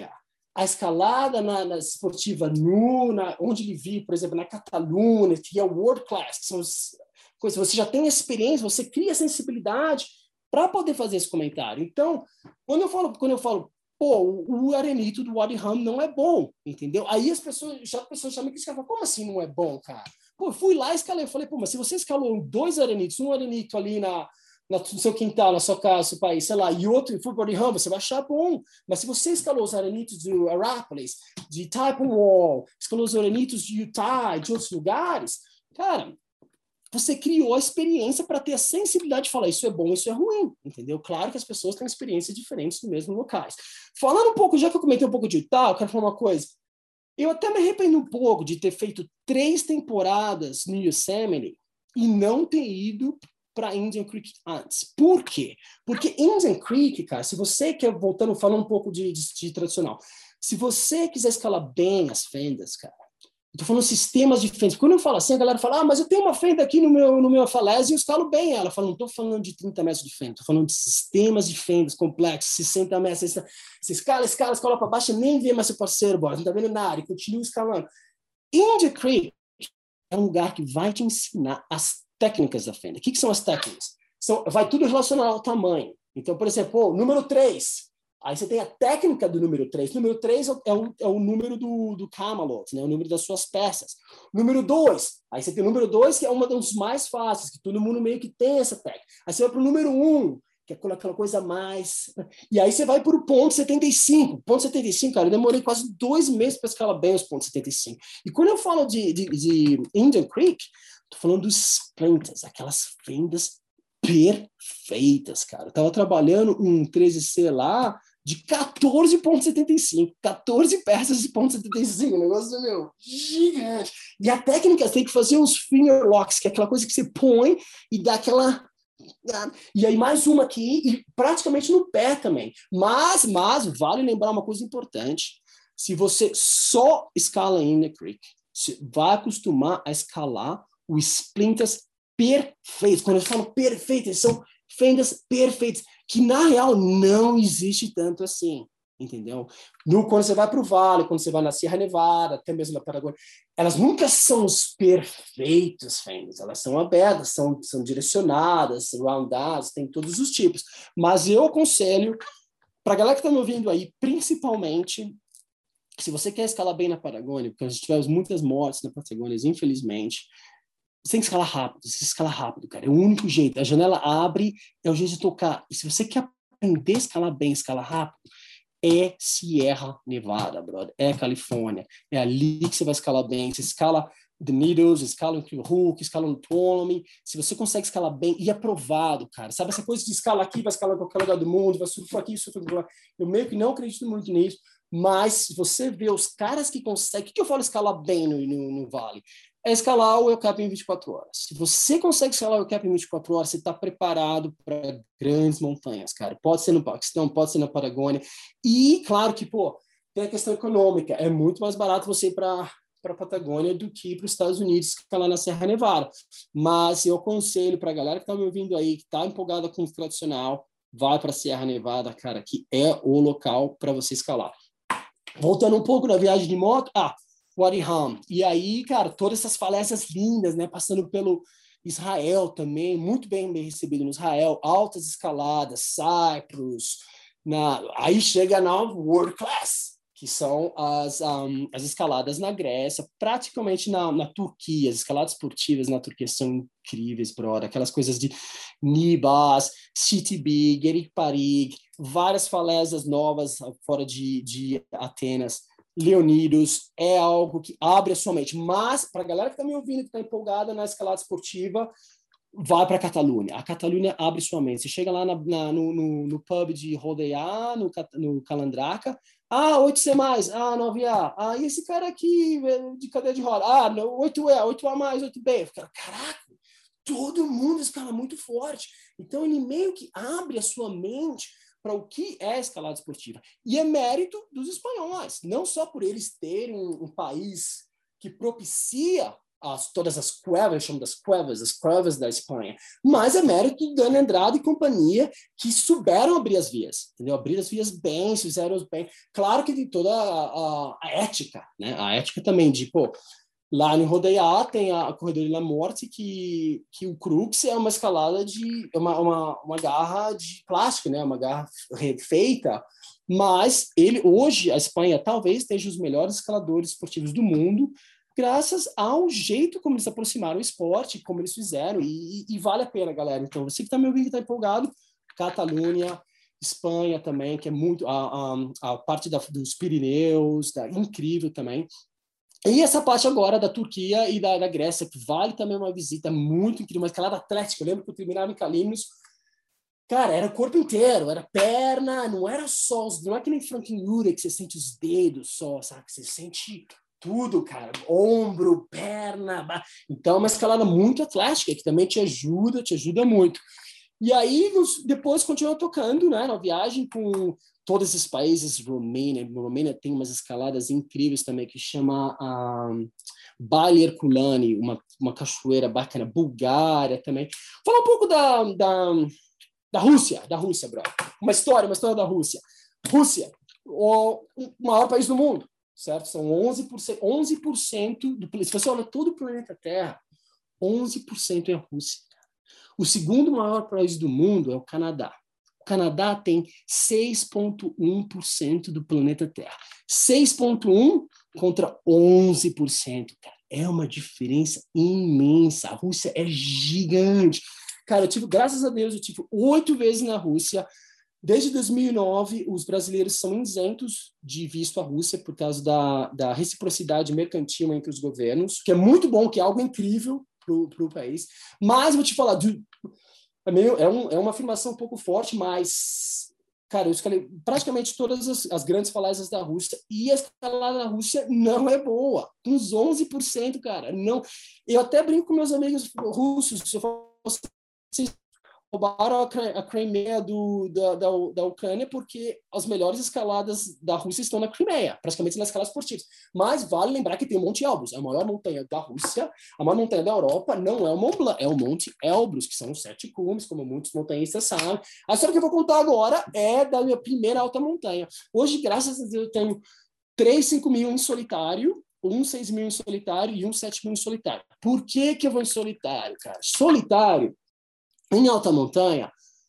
a escalada na, na esportiva nu, na, onde ele vive, por exemplo, na Catalunha, que é o World Class, que são as coisas, você já tem experiência, você cria sensibilidade para poder fazer esse comentário. Então, quando eu falo, quando eu falo, pô, o, o arenito do Wadi Rum não é bom, entendeu? Aí as pessoas, já as pessoas já me criticam, como assim não é bom, cara? Pô, eu fui lá e escalei, eu falei, pô, mas se você escalou dois arenitos, um arenito ali na, na, no seu quintal, na sua casa, no seu país, sei lá, e outro e foi para o Wadi Rum, você vai achar bom. Mas se você escalou os arenitos do Arapolis, de Taipei, escalou os arenitos de Utah, de outros lugares, cara, você criou a experiência para ter a sensibilidade de falar isso é bom, isso é ruim, entendeu? Claro que as pessoas têm experiências diferentes no mesmo locais. Falando um pouco, já que eu comentei um pouco de Utah, eu quero falar uma coisa. Eu até me arrependo um pouco de ter feito três temporadas no Yosemite e não ter ido para Indian Creek antes. Por quê? Porque Indian Creek, cara, se você quer, voltando, falando um pouco de, de, de tradicional, se você quiser escalar bem as fendas, cara, estou falando sistemas de fendas. Quando eu falo assim, a galera fala, ah, mas eu tenho uma fenda aqui no meu, no meu falésia e eu escalo bem ela. Eu falo, não estou falando de trinta metros de fenda, estou falando de sistemas de fendas complexos, sessenta metros. Você escala, escala, escala para baixo, nem vê mais seu parceiro, bora, não está vendo nada, e continua escalando. Indian Creek é um lugar que vai te ensinar as técnicas da fenda. O que, que são as técnicas? São, vai tudo relacionado ao tamanho. Então, por exemplo, o número três. Aí você tem a técnica do número três. Número três é o, é o número do, do Camelot, né? O número das suas peças. Número dois. Aí você tem o número dois, que é um dos mais fáceis, que todo mundo meio que tem essa técnica. Aí você vai para o número um, que é aquela coisa mais... E aí você vai para o ponto setenta e cinco. Ponto setenta e cinco, cara, eu demorei quase dois meses para escalar bem os pontos setenta e cinco. E quando eu falo de, de, de Indian Creek, estou falando dos splinters, aquelas fendas perfeitas, cara. Eu tava trabalhando um treze C lá de quatorze ponto setenta e cinco, quatorze peças de ponto setenta e cinco, um negócio, meu, gigante. E a técnica tem que fazer uns finger locks, que é aquela coisa que você põe e dá aquela... E aí mais uma aqui, e praticamente no pé também. Mas, mas vale lembrar uma coisa importante. Se você só escala in the creek, você vai acostumar a escalar os splinters perfeitos. Quando eu falo perfeitos, são fendas perfeitas, que na real não existe tanto assim, entendeu? No, quando você vai para o Vale, quando você vai na Sierra Nevada, até mesmo na Patagônia, elas nunca são os perfeitos fendas, elas são abertas, são, são direcionadas, roundadas, tem todos os tipos. Mas eu aconselho, para a galera que está me ouvindo aí, principalmente, se você quer escalar bem na Patagônia, porque nós tivemos muitas mortes na Patagônia, infelizmente, você tem que escalar rápido, você escala rápido, cara. É o único jeito. A janela abre, é o jeito de tocar. E se você quer aprender a escalar bem, escalar rápido, é Sierra Nevada, brother. É Califórnia. É ali que você vai escalar bem. Você escala The Needles, escala o Clear Hook, escala o Ptolemy. Se você consegue escalar bem, e é provado, cara. Sabe essa coisa de escala aqui, vai escalar em qualquer lugar do mundo, vai surfar aqui, surfar lá. Eu meio que não acredito muito nisso. Mas se você vê os caras que conseguem... O que, que eu falo escalar bem no, no, no Vale? É escalar o El Cap em vinte e quatro horas. Se você consegue escalar o El Cap em vinte e quatro horas, você está preparado para grandes montanhas, cara. Pode ser no Paquistão, pode ser na Patagônia. E, claro que, pô, tem a questão econômica. É muito mais barato você ir para para a Patagônia do que para os Estados Unidos, escalar na Serra Nevada. Mas eu aconselho para a galera que está me ouvindo aí, que está empolgada com o tradicional, vai para a Serra Nevada, cara, que é o local para você escalar. Voltando um pouco na viagem de moto, ah, Wadi Rum. E aí, cara, todas essas falésias lindas, né? Passando pelo Israel também, muito bem, bem recebido no Israel, altas escaladas, Cyprus, na... aí chega na World Class, que são as, um, as escaladas na Grécia, praticamente na, na Turquia. As escaladas esportivas na Turquia são incríveis, brother. Aquelas coisas de Nibas, City Gerik-Parik, várias falésias novas fora de, de Atenas. Leonidos é algo que abre a sua mente. Mas, para a galera que está me ouvindo, que está empolgada na escalada esportiva, vai para a Catalunha. A Catalunha abre sua mente. Você chega lá na, na, no, no, no pub de Rodeia, no, no Calandraca, ah, oito C mais, ah, nove A, ah, e esse cara aqui de cadeira de roda, ah, oito E, oito A mais, oito B. Caraca, todo mundo escala muito forte. Então, ele meio que abre a sua mente para o que é a escalada esportiva. E é mérito dos espanhóis, não só por eles terem um, um país que propicia as, todas as cuevas, chamam das cuevas, as cuevas da Espanha, mas é mérito do Dani Andrade e companhia que souberam abrir as vias, entendeu? Abrir as vias bem, fizeram bem. Claro que tem toda a, a, a ética, né? A ética também de, pô, lá em Rodeiá tem a, a Corredor de la Morte, que, que o Crux é uma escalada de uma, uma, uma garra de plástico, né? Uma garra feita, mas ele hoje a Espanha talvez esteja os melhores escaladores esportivos do mundo, graças ao jeito como eles aproximaram o esporte, como eles fizeram, e, e vale a pena, galera. Então, você que está me ouvindo, está empolgado, Catalunha, Espanha também, que é muito a, a, a parte da, dos Pirineus, da, incrível também. E essa parte agora da Turquia e da, da Grécia, que vale também uma visita muito incrível, uma escalada atlética. Eu lembro que eu terminava em Kalymnos, cara, era o corpo inteiro, era perna, não era só, os, não é que nem Frankenlure, que você sente os dedos só, sabe? Você sente tudo, cara, ombro, perna. Então é uma escalada muito atlética, que também te ajuda, te ajuda muito. E aí, depois continua tocando, né, na viagem com todos esses países, Romênia, Romênia tem umas escaladas incríveis também, que chama um, Bali Herculani, uma, uma cachoeira bacana, Bulgária também. Fala um pouco da, da, da Rússia, da Rússia, bro. Uma história, uma história da Rússia. Rússia, o, o maior país do mundo, certo? São onze por cento, onze por cento do planeta. Se você olha todo o planeta Terra, onze por cento é a Rússia. O segundo maior país do mundo é o Canadá. O Canadá tem seis vírgula um por cento do planeta Terra. seis vírgula um por cento contra onze por cento, cara. É uma diferença imensa. A Rússia é gigante. Cara, eu tive, graças a Deus, eu tive oito vezes na Rússia. Desde dois mil e nove, os brasileiros são isentos de visto à Rússia por causa da, da reciprocidade mercantil entre os governos, que é muito bom, que é algo incrível para o país. Mas, vou te falar, do, é, meio, é, um, é uma afirmação um pouco forte, mas, cara, eu escalei praticamente todas as, as grandes falésias da Rússia, e a escalada da Rússia não é boa. Uns onze por cento, cara. Não. Eu até brinco com meus amigos russos, se eu fosse... roubaram a Crimeia do, da, da, da Ucrânia porque as melhores escaladas da Rússia estão na Crimeia, praticamente na escala esportiva. Mas vale lembrar que tem o Monte Elbrus, a maior montanha da Rússia, a maior montanha da Europa não é o Mont Blanc, é o Monte Elbrus, que são os sete cumes, como muitos montanhistas sabem. A história que eu vou contar agora é da minha primeira alta montanha. Hoje, graças a Deus, eu tenho três cinco mil em solitário, um seis mil em solitário e um sete mil em solitário. Por que que eu vou em solitário, cara? Solitário, em alta montanha,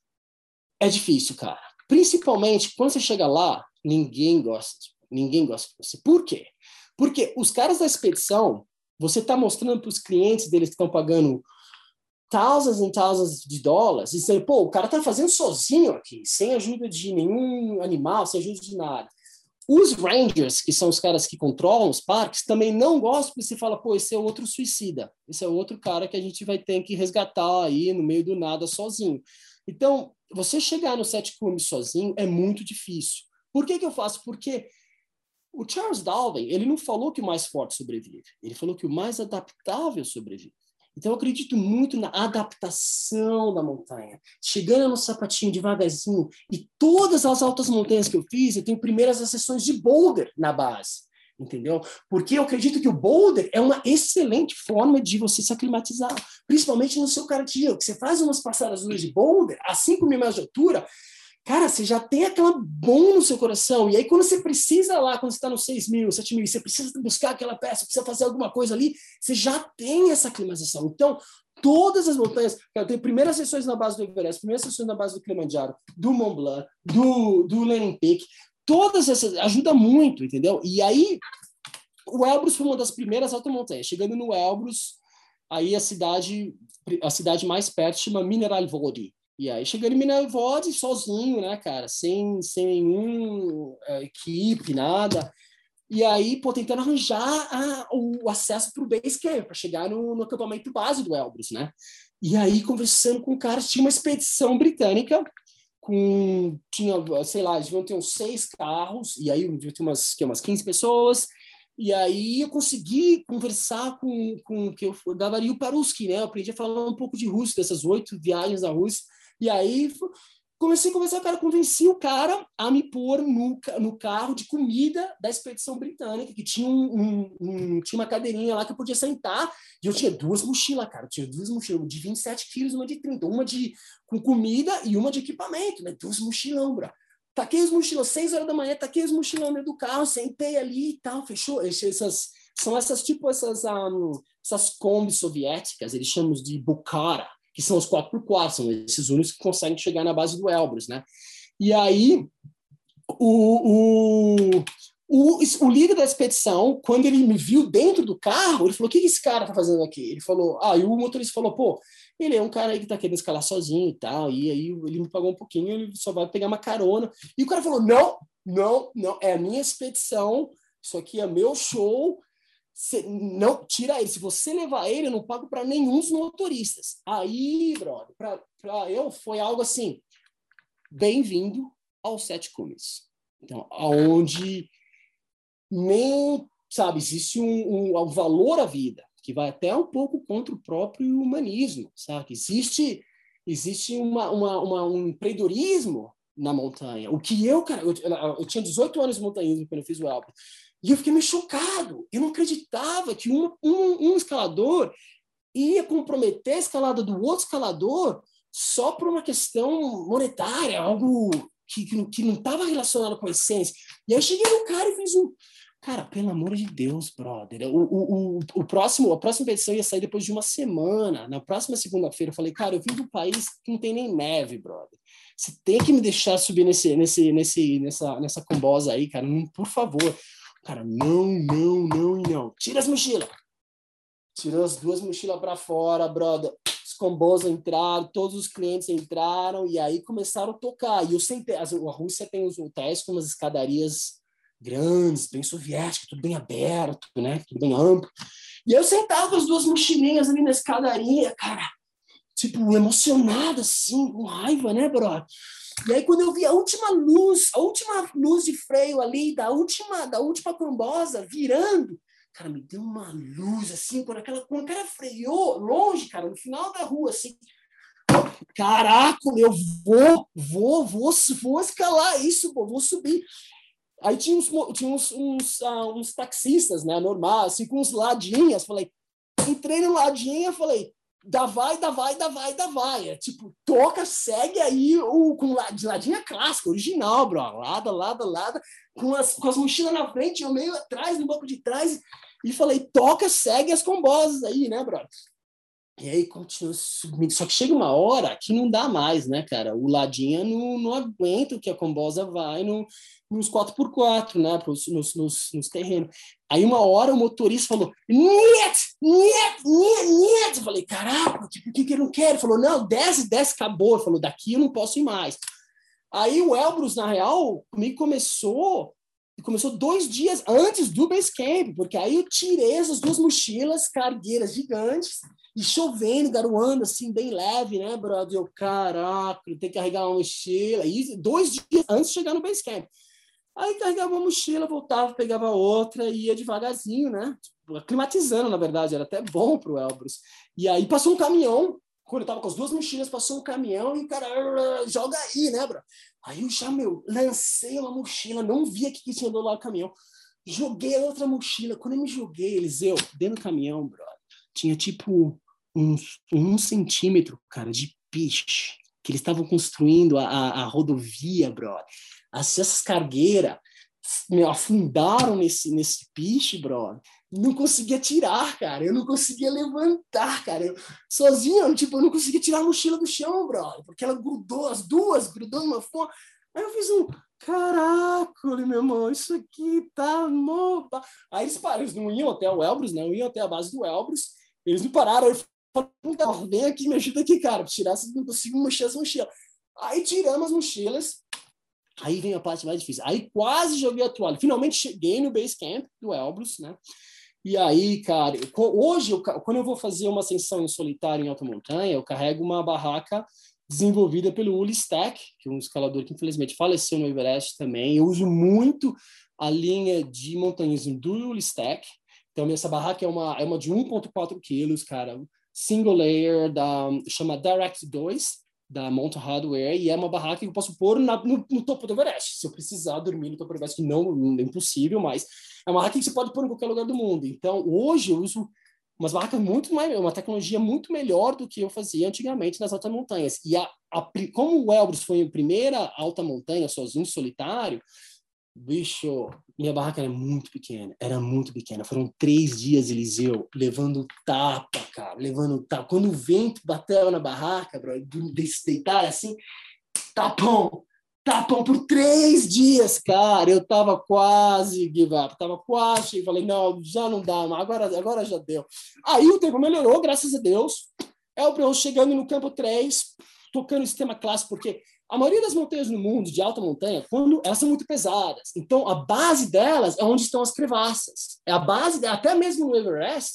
é difícil, cara. Principalmente quando você chega lá, ninguém gosta, ninguém gosta de você. Por quê? Porque os caras da expedição, você está mostrando para os clientes deles que estão pagando thousands and thousands de dólares, e dizendo, pô, o cara está fazendo sozinho aqui, sem ajuda de nenhum animal, sem ajuda de nada. Os rangers, que são os caras que controlam os parques, também não gostam, porque você fala, pô, esse é outro suicida, esse é outro cara que a gente vai ter que resgatar aí no meio do nada sozinho. Então, você chegar no sete cumes sozinho é muito difícil. Por que que eu faço? Porque o Charles Darwin, ele não falou que o mais forte sobrevive, ele falou que o mais adaptável sobrevive. Então, eu acredito muito na adaptação da montanha. Chegando no sapatinho devagarzinho, e todas as altas montanhas que eu fiz, eu tenho primeiras sessões de boulder na base, entendeu? Porque eu acredito que o boulder é uma excelente forma de você se aclimatizar, principalmente no seu cardio, que você faz umas passadas de boulder a cinco mil metros de altura, cara, você já tem aquela bom no seu coração, e aí quando você precisa lá, quando você está no seis mil, sete mil, você precisa buscar aquela peça, precisa fazer alguma coisa ali, você já tem essa aclimatização. Então, todas as montanhas, eu tenho primeiras sessões na base do Everest, primeiras sessões na base do Kilimanjaro, do Mont Blanc, do, do Lenin Peak, todas essas, ajuda muito, entendeu? E aí, o Elbrus foi uma das primeiras altas montanhas. Chegando no Elbrus, aí a cidade, a cidade mais perto chama Mineral Vodi. E aí, chegando em Mineral Vodi, sozinho, né, cara? Sem, sem nenhum é, equipe, nada. E aí, pô, tentando arranjar a, o acesso para o base camp, para chegar no, no acampamento base do Elbrus, né? E aí, conversando com caras, tinha uma expedição britânica, com, tinha, sei lá, eles deviam ter uns seis carros, e aí devia ter umas, que, umas quinze pessoas. E aí eu consegui conversar com, com que eu Gavaryl Paruski, né? Eu aprendi a falar um pouco de russo, dessas oito viagens à Rússia. E aí Comecei a conversar, cara, convenci o cara a me pôr no, no carro de comida da expedição britânica, que tinha, um, um, um, tinha uma cadeirinha lá que eu podia sentar, e eu tinha duas mochilas, cara, eu tinha duas mochilas, de vinte e sete quilos, uma de trinta, uma de, com comida e uma de equipamento, né? Duas mochilão, bro. Taquei os mochilas, seis horas da manhã, taquei os mochilão no meio do carro, sentei ali e tal, fechou. Essas, são essas, tipo, essas, um, essas combis soviéticas, eles chamam de Bukhara, que são os quatro por quatro, são esses únicos que conseguem chegar na base do Elbrus, né? E aí, o, o, o, o líder da expedição, quando ele me viu dentro do carro, ele falou, o que esse cara tá fazendo aqui? Ele falou, ah, e o motorista falou, pô, ele é um cara aí que tá querendo escalar sozinho e tal, e aí ele me pagou um pouquinho, ele só vai pegar uma carona. E o cara falou, não, não, não, é a minha expedição, isso aqui é meu show, Cê não tira ele. Se você levar ele, eu não pago para nenhum dos motoristas. Aí, brother, para eu foi algo assim: bem-vindo aos Sete Cumes. Então, aonde nem, sabe, existe um, um, um valor à vida que vai até um pouco contra o próprio humanismo, sabe? Existe, existe uma, uma, uma, um empreendedorismo na montanha. O que eu, cara, eu, eu tinha dezoito anos de montanhismo quando eu fiz o Elbrus. E eu fiquei meio chocado. Eu não acreditava que um, um, um escalador ia comprometer a escalada do outro escalador só por uma questão monetária, algo que, que não estava relacionado com a essência. E aí eu cheguei no cara e fiz um... Cara, pelo amor de Deus, brother. O, o, o, o próximo, a próxima edição ia sair depois de uma semana. Na próxima segunda-feira eu falei, cara, eu vim do país que não tem nem neve, brother. Você tem que me deixar subir nesse, nesse, nesse, nessa, nessa combosa aí, cara. Não, por favor. Cara, não, não, não e não. Tira as mochilas. Tirou as duas mochilas para fora, brother. Os combos entraram, todos os clientes entraram e aí começaram a tocar. E eu sentei. A Rússia tem os hotéis com umas escadarias grandes, bem soviéticas, tudo bem aberto, né? Tudo bem amplo. E eu sentava com as duas mochilinhas ali na escadaria, cara. Tipo, emocionado assim, com raiva, né, brother? E aí, quando eu vi a última luz, a última luz de freio ali, da última, da última combosa virando, cara, me deu uma luz, assim, quando, aquela, quando o cara freou longe, cara, no final da rua, assim, caraca, eu vou, vou, vou, vou escalar isso, pô, vou subir. Aí tinha uns, tinha uns, uns, uh, uns taxistas, né, normal, assim, com uns ladinhas, falei, entrei no ladinha, falei, dá vai, dá vai, dá vai, dá vai. É tipo, toca, segue aí o, com de ladinha clássica, original, bro. Lada, lada, lada, com as, com as mochilas na frente, eu meio atrás, no banco de trás, e falei, toca, segue as combosas aí, né, bro? E aí continua subindo. Só que chega uma hora que não dá mais, né, cara? O ladinha não, não aguenta o que a combosa vai no, nos quatro por quatro, né, nos, nos, nos, nos terrenos. Aí uma hora o motorista falou, niet, niet, niet, niet. Eu falei, caraca, tipo, o que que ele não quer? Ele falou, não, desce, desce, acabou. Ele falou, daqui eu não posso ir mais. Aí o Elbrus, na real, comigo começou... Começou dois dias antes do base camp, porque aí eu tirei essas duas mochilas, cargueiras gigantes, e chovendo, garoando, assim, bem leve, né, brother? Eu, caraca, tem que carregar uma mochila. E dois dias antes de chegar no base camp. Aí carregava uma mochila, voltava, pegava outra e ia devagarzinho, né? Climatizando, na verdade, era até bom pro Elbrus. E aí passou um caminhão, quando eu tava com as duas mochilas, passou um caminhão e o cara, joga aí, né, bro? Aí eu já, meu, lancei uma mochila, não via que tinha do lado do caminhão. Joguei a outra mochila. Quando eu me joguei, Eliseu, dentro do caminhão, bro, tinha tipo uns, um centímetro, cara, de piche, que eles estavam construindo a, a, a rodovia, bro. As, essas cargueiras me afundaram nesse, nesse piche, bro. Não conseguia tirar, cara. Eu não conseguia levantar, cara. Eu, sozinho, tipo, eu não conseguia tirar a mochila do chão, bro. Porque ela grudou, as duas grudou numa forma. Aí eu fiz um, caraca, meu irmão, isso aqui tá morto. Aí eles pararam, eles não iam até o Elbrus, não iam até a base do Elbrus. Eles me pararam, eu falei, vem aqui, me ajuda aqui, cara, pra tirar, se não consigo mexer as mochilas. Aí tiramos as mochilas. Aí vem a parte mais difícil. Aí quase joguei a toalha. Finalmente cheguei no base camp do Elbrus, né? E aí, cara, hoje, eu, quando eu vou fazer uma ascensão em solitário em alta montanha, eu carrego uma barraca desenvolvida pelo Uli Stack, que é um escalador que infelizmente faleceu no Everest também. Eu uso muito a linha de montanhismo do Uli Stack. Então, essa barraca é uma, é uma de um vírgula quatro quilos, cara. Single layer, da, chama Direct dois. da Mountain Hardwear, e é uma barraca que eu posso pôr na, no, no topo do Everest, se eu precisar dormir no topo do Everest, que não é impossível, mas é uma barraca que você pode pôr em qualquer lugar do mundo. Então, hoje eu uso umas barracas muito mais, uma tecnologia muito melhor do que eu fazia antigamente nas altas montanhas. E a, a, como o Elbrus foi a primeira alta montanha sozinho, solitário, bicho, minha barraca era muito pequena, era muito pequena. Foram três dias, Eliseu, levando tapa, cara, levando tapa. Quando o vento bateu na barraca, bro, de se deitar assim, tapão, tapão por três dias, cara. Eu tava quase give up, tava quase, falei, não, já não dá, mas agora, agora já deu. Aí o tempo melhorou, graças a Deus. Elbrus chegando no campo três, tocando o sistema clássico, porque a maioria das montanhas no mundo, de alta montanha, quando elas são muito pesadas. Então, a base delas é onde estão as crevasses. É a base, até mesmo no Everest,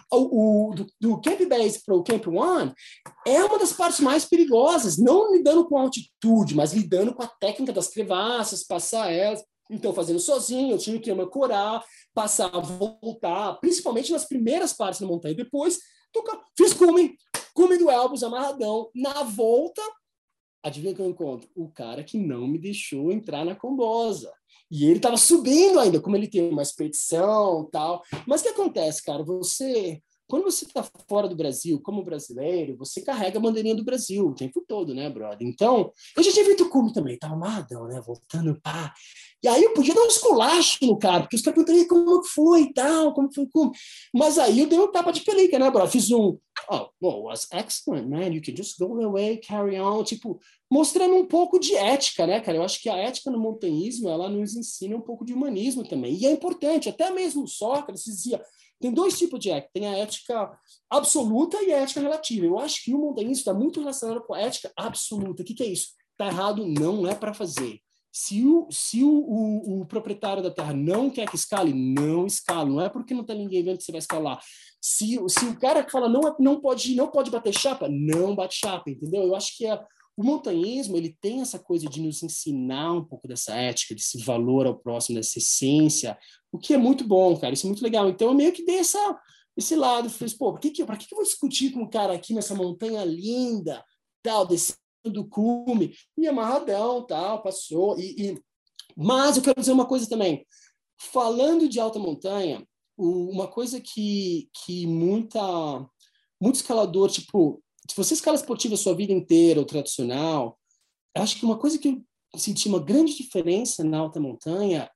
o, o, do, do Camp Base para o Camp One, é uma das partes mais perigosas, não lidando com a altitude, mas lidando com a técnica das crevasses, passar elas. Então, fazendo sozinho, eu tinha que me ancorar, passar, voltar, principalmente nas primeiras partes da montanha. Depois, tocar. Fiz cume, cume do Elbrus, amarradão. Na volta, adivinha que eu encontro? O cara que não me deixou entrar na Combosa. E ele estava subindo ainda, como ele tem uma expedição e tal. Mas o que acontece, cara? Você, quando você está fora do Brasil, como brasileiro, você carrega a bandeirinha do Brasil o tempo todo, né, brother? Então, eu já tinha feito cume também, tava amarradão, né? Voltando, pá. E aí eu podia dar um esculacho no cara, porque os caras perguntaram como foi e tal, como foi o cume. Mas aí eu dei um tapa de pelica, né, brother? Fiz um, oh, well, was excellent, man. You can just go away, carry on. Tipo, mostrando um pouco de ética, né, cara? Eu acho que a ética no montanhismo, ela nos ensina um pouco de humanismo também. E é importante, até mesmo Sócrates dizia, tem dois tipos de ética, tem a ética absoluta e a ética relativa. Eu acho que o montanhismo está muito relacionado com a ética absoluta. O que, que é isso? Tá errado, não é para fazer. Se, o, se o, o, o proprietário da terra não quer que escale, não escala. Não é porque não tem ninguém vendo que você vai escalar. Se, se o cara que fala não, não, pode, não pode bater chapa, não bate chapa, entendeu? Eu acho que é, o montanhismo, ele tem essa coisa de nos ensinar um pouco dessa ética, desse valor ao próximo, dessa essência, o que é muito bom, cara. Isso é muito legal. Então, eu meio que dei essa, esse lado. Falei, pô, para que, que, que, que eu vou discutir com um cara aqui nessa montanha linda, tal, descendo do cume, e amarradão, tal, passou. E, e... Mas eu quero dizer uma coisa também. Falando de alta montanha, uma coisa que, que muita, muito escalador, tipo, se você escala esportiva a sua vida inteira, ou tradicional, acho que uma coisa que eu senti uma grande diferença na alta montanha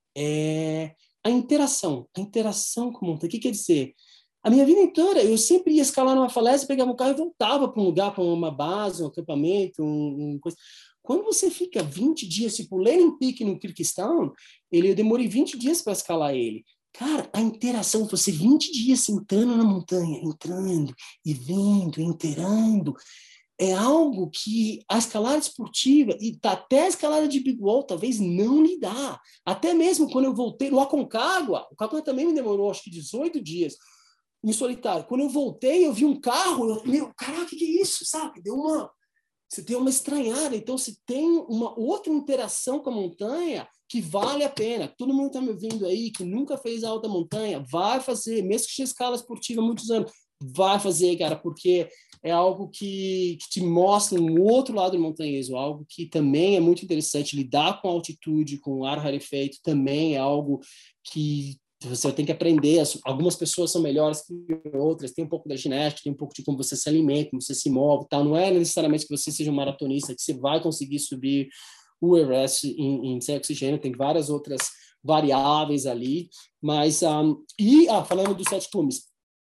é a interação. A interação com a montanha. O que quer dizer? A minha vida inteira, eu sempre ia escalar numa falésia, pegava um carro e voltava para um lugar, para uma base, um acampamento, um, um coisa. Quando você fica vinte dias, tipo, Lenin Peak no Kirguistão, ele, eu demorei vinte dias para escalar ele. Cara, a interação, você vinte dias sentando na montanha, entrando e vindo, inteirando, é algo que a escalada esportiva, e até a escalada de Big Wall, talvez não lhe dá. Até mesmo quando eu voltei, no Aconcagua, o Aconcagua também me demorou, acho que dezoito dias, em solitário. Quando eu voltei, eu vi um carro, eu, meu, caraca, o que, que é isso? Sabe? Deu uma... Você tem uma estranhada, então você tem uma outra interação com a montanha que vale a pena. Todo mundo está me ouvindo aí, que nunca fez a alta montanha, vai fazer, mesmo que seja escala esportiva há muitos anos, vai fazer, cara, porque é algo que, que te mostra um outro lado do montanhismo, algo que também é muito interessante. Lidar com a altitude, com o ar rarefeito, também é algo que você tem que aprender. Algumas pessoas são melhores que outras, tem um pouco da genética, tem um pouco de como você se alimenta, como você se move, tal. Não é necessariamente que você seja um maratonista, que você vai conseguir subir o Everest em, em sem oxigênio, tem várias outras variáveis ali, mas, um, e, ah, falando dos sete cumes,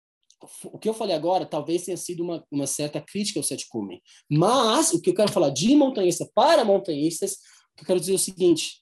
o que eu falei agora talvez tenha sido uma, uma certa crítica ao sete cume, mas o que eu quero falar de montanhista para montanhistas, o que eu quero dizer é o seguinte: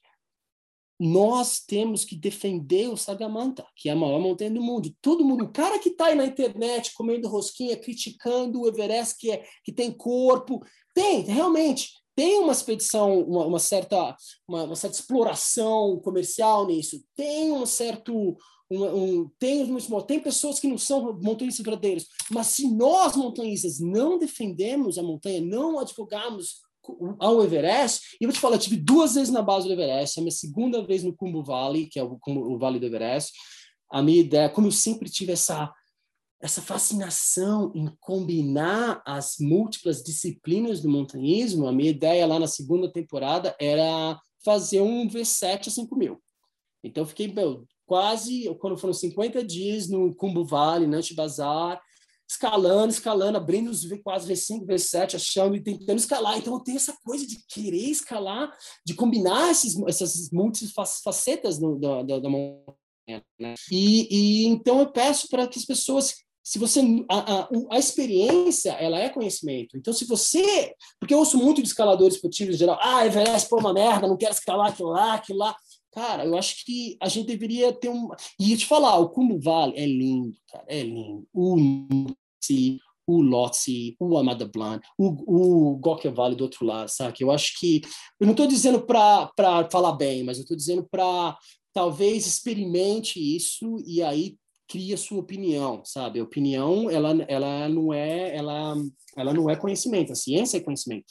nós temos que defender o Sagamanta, que é a maior montanha do mundo. Todo mundo, o cara que está aí na internet comendo rosquinha, criticando o Everest, que, é, que tem corpo, tem, realmente, tem uma expedição, uma, uma, certa, uma, uma certa exploração comercial nisso, tem um certo... Um, um, tem, tem pessoas que não são montanhistas verdadeiros, mas se nós, montanhistas, não defendemos a montanha, não advogarmos ao Everest, e eu vou te falar, eu tive duas vezes na base do Everest, a minha segunda vez no Khumbu Valley, que é o, o Vale do Everest. A minha ideia, como eu sempre tive essa, essa fascinação em combinar as múltiplas disciplinas do montanhismo. A minha ideia lá na segunda temporada era fazer um V sete a cinco mil. Então, eu fiquei meu, quase, quando foram cinquenta dias no Khumbu Valley, Nanche Bazar, escalando, escalando, abrindo os V quatro, V cinco, V sete, achando e tentando escalar. Então, eu tenho essa coisa de querer escalar, de combinar esses, essas múltiplas facetas do, da, da, da montanha. Né? E, e então, eu peço para que as pessoas... Se você a, a, a experiência, ela é conhecimento. Então, se você... Porque eu ouço muito de escaladores esportivos em geral. Ah, Everest, pô, uma merda, não quero escalar aquilo lá, aquilo lá. Cara, eu acho que a gente deveria ter um... E eu te falar, o Khumbu Valley é lindo, cara, é lindo. O Nutsi, o Lhotse, o Amada Blanc, o, o Gokya Valley do outro lado, sabe? Eu acho que... Eu não estou dizendo para falar bem, mas eu estou dizendo para talvez experimente isso e aí cria sua opinião, sabe? A opinião, ela, ela não é, ela, ela não é conhecimento, a ciência é conhecimento.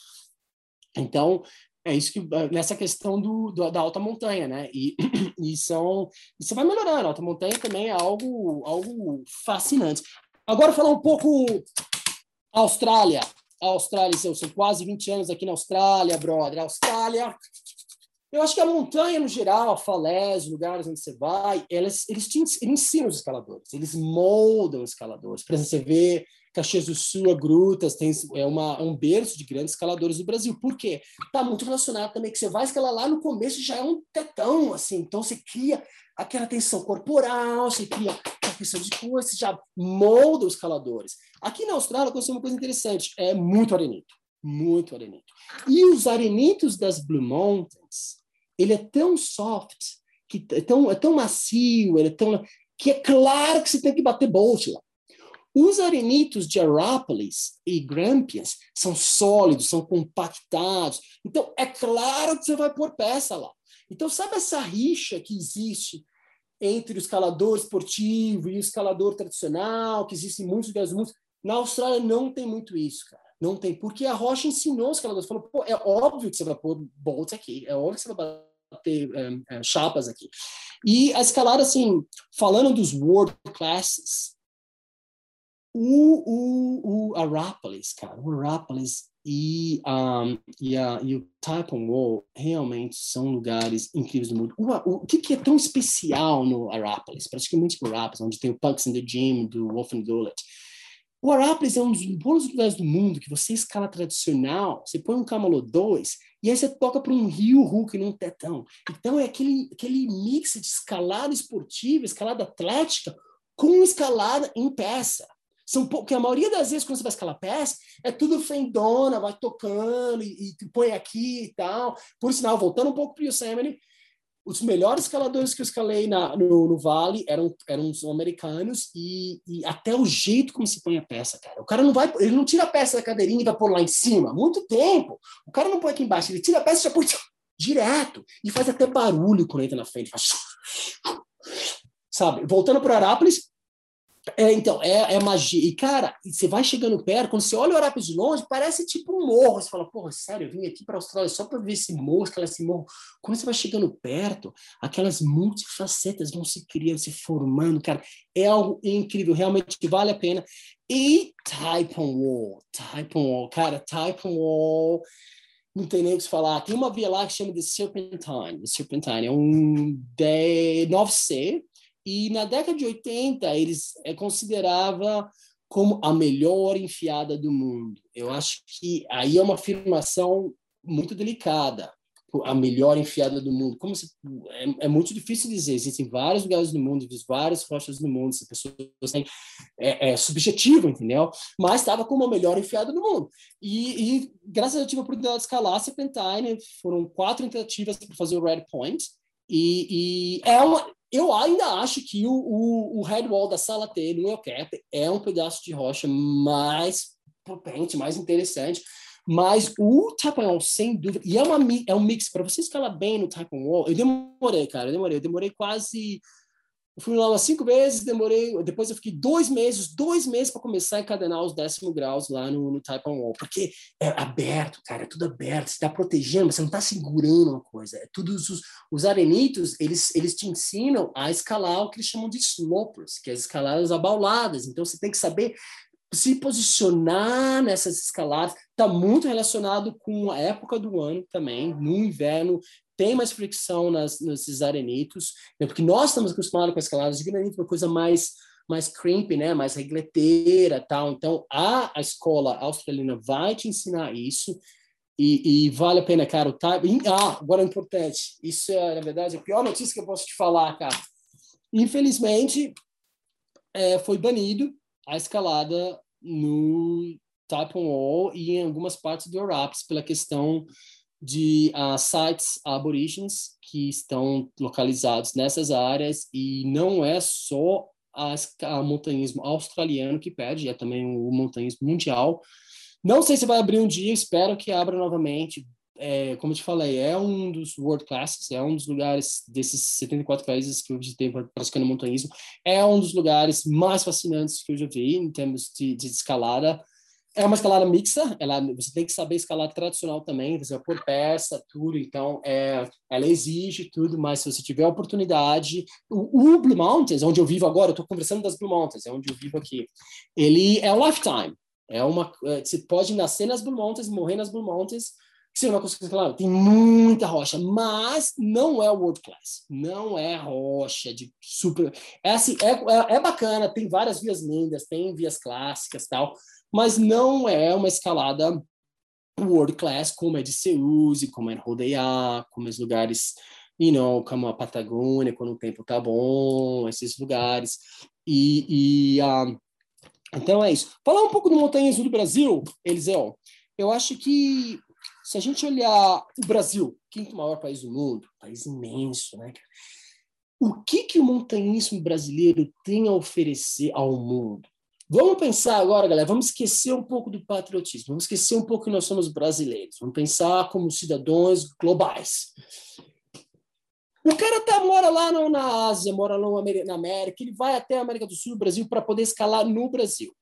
Então, é isso que, nessa questão do, do, da alta montanha, né? E, e são, e você vai melhorando, a alta montanha também é algo, algo fascinante. Agora, falar um pouco Austrália. A Austrália, são, são quase vinte anos aqui na Austrália, brother. A Austrália... Eu acho que a montanha, no geral, a falésia, os lugares onde você vai, eles, eles, te, eles ensinam os escaladores, eles moldam os escaladores. Por exemplo, você vê Caxias do Sul, a Grutas, tem, é uma, um berço de grandes escaladores do Brasil. Por quê? Está muito relacionado também que você vai escalar lá no começo já é um tetão, assim. Então, você cria aquela tensão corporal, você cria a questão de coisa, você já molda os escaladores. Aqui na Austrália, aconteceu uma coisa interessante, é muito arenito, muito arenito. E os arenitos das Blue Mountains, ele é tão soft, que é, tão, é tão macio, ele é tão, que é claro que você tem que bater bolt lá. Os arenitos de Arapiles e Grampians são sólidos, são compactados. Então, é claro que você vai pôr peça lá. Então, sabe essa rixa que existe entre o escalador esportivo e o escalador tradicional, que existe em muitos lugares do mundo? Na Austrália não tem muito isso, cara. Não tem, porque a Rocha ensinou os escaladores, falou, pô, é óbvio que você vai pôr bolts aqui, é óbvio que você vai bater um, um, chapas aqui. E a escalada, assim, falando dos world classes, o, o, o Arapiles, cara, o Arapiles e, um, e, a, e o Taipan Wall realmente são lugares incríveis do mundo. O, o, o que, que é tão especial no Arapiles? Praticamente o Arapiles, onde tem o Punks in the Gym, do Wolfen Gullet. O Arapiles é um dos bons lugares do mundo que você escala tradicional, você põe um Camalo dois e aí você toca para um Rio Hulk num tetão. Então é aquele, aquele mix de escalada esportiva, escalada atlética com escalada em peça. São, porque a maioria das vezes quando você vai escalar peça, é tudo fendona, vai tocando e, e põe aqui e tal. Por sinal, voltando um pouco para o Yosemite, os melhores escaladores que eu escalei na, no, no Vale eram, eram os americanos e, e até o jeito como se põe a peça, cara. O cara não vai, ele não tira a peça da cadeirinha e vai pôr lá em cima. Muito tempo. O cara não põe aqui embaixo, ele tira a peça e já põe direto. E faz até barulho quando entra na frente. Faz... Sabe? Voltando para o Arapiles, é, então, é, é magia. E, cara, você vai chegando perto, quando você olha o Arapiles de longe, parece tipo um morro. Você fala, porra, sério, eu vim aqui para a Austrália só para ver esse morro, esse morro. Quando você vai chegando perto, aquelas multifacetas vão se criando, se formando, cara. É algo incrível, realmente vale a pena. E Taipan Wall, Taipan Wall, cara, Taipan Wall, não tem nem o que se falar. Tem uma via lá que chama de Serpentine. The Serpentine é um nove C, e na década de oitenta, eles é, considerava como a melhor enfiada do mundo. Eu acho que aí é uma afirmação muito delicada, a melhor enfiada do mundo. Como se, é, é muito difícil dizer, existem vários lugares do mundo, várias rochas do mundo, as pessoas têm, é, é subjetivo, entendeu? Mas estava como a melhor enfiada do mundo. E, e graças a Deus, eu tive a oportunidade de escalar a Serpentine, foram quatro tentativas para fazer o Red Point, e, e é uma... Eu ainda acho que o, o, o headwall da Sala T no El Cap é um pedaço de rocha mais potente, mais interessante, mas o Taipan Wall, sem dúvida, e é, uma, é um mix, para você escalar bem no Taipan Wall, eu demorei, cara, eu demorei, eu demorei quase Eu fui lá umas cinco vezes, demorei, depois eu fiquei dois meses, dois meses para começar a encadenar os décimos graus lá no, no Taipan Wall, porque é aberto, cara, é tudo aberto, você está protegendo, você não está segurando uma coisa, é todos os, os arenitos, eles, eles te ensinam a escalar o que eles chamam de slopers, que é as escaladas abauladas, então você tem que saber se posicionar nessas escaladas, está muito relacionado com a época do ano também, no inverno, tem mais fricção nas, nesses arenitos, né? Porque nós estamos acostumados com escaladas de granito, uma coisa mais, mais crimpy, né? Mais regleteira, tal. Então, a, a escola australiana vai te ensinar isso e, e vale a pena, cara. O time... Ah, agora é importante. Isso é, na verdade, a pior notícia que eu posso te falar, cara. Infelizmente, é, foi banido a escalada no Taipan Wall e em algumas partes do Araps pela questão de uh, sites aborígenes que estão localizados nessas áreas, e não é só o montanhismo australiano que pede, é também o montanhismo mundial. Não sei se vai abrir um dia, espero que abra novamente. É, como eu te falei, é um dos world classes, é um dos lugares desses setenta e quatro países que eu visitei praticando montanhismo, é um dos lugares mais fascinantes que eu já vi em termos de, de escalada. É uma escalada mixa, ela, você tem que saber escalar tradicional também, você vai por peça, tudo, então é, ela exige tudo, mas se você tiver a oportunidade, o, o Blue Mountains, onde eu vivo agora, eu estou conversando das Blue Mountains, é onde eu vivo aqui, ele é um lifetime, é uma, você pode nascer nas Blue Mountains, morrer nas Blue Mountains, que você não consegue escalar, tem muita rocha, mas não é world class, não é rocha de super, é assim, é, é, é bacana, tem várias vias lindas, tem vias clássicas e tal, mas não é uma escalada world class como é de Seuse, como é Rodeia, como os lugares, you know, como a Patagônia, quando o tempo tá bom, esses lugares. E, e um, então é isso. Falar um pouco do montanhismo do Brasil, Eliseu, eu acho que se a gente olhar o Brasil, quinto maior país do mundo, país imenso, né? O que que o montanhismo brasileiro tem a oferecer ao mundo? Vamos pensar agora, galera, vamos esquecer um pouco do patriotismo, vamos esquecer um pouco que nós somos brasileiros, vamos pensar como cidadãos globais. O cara tá, mora lá no, na Ásia, mora lá na América, ele vai até a América do Sul, Brasil, para poder escalar no Brasil.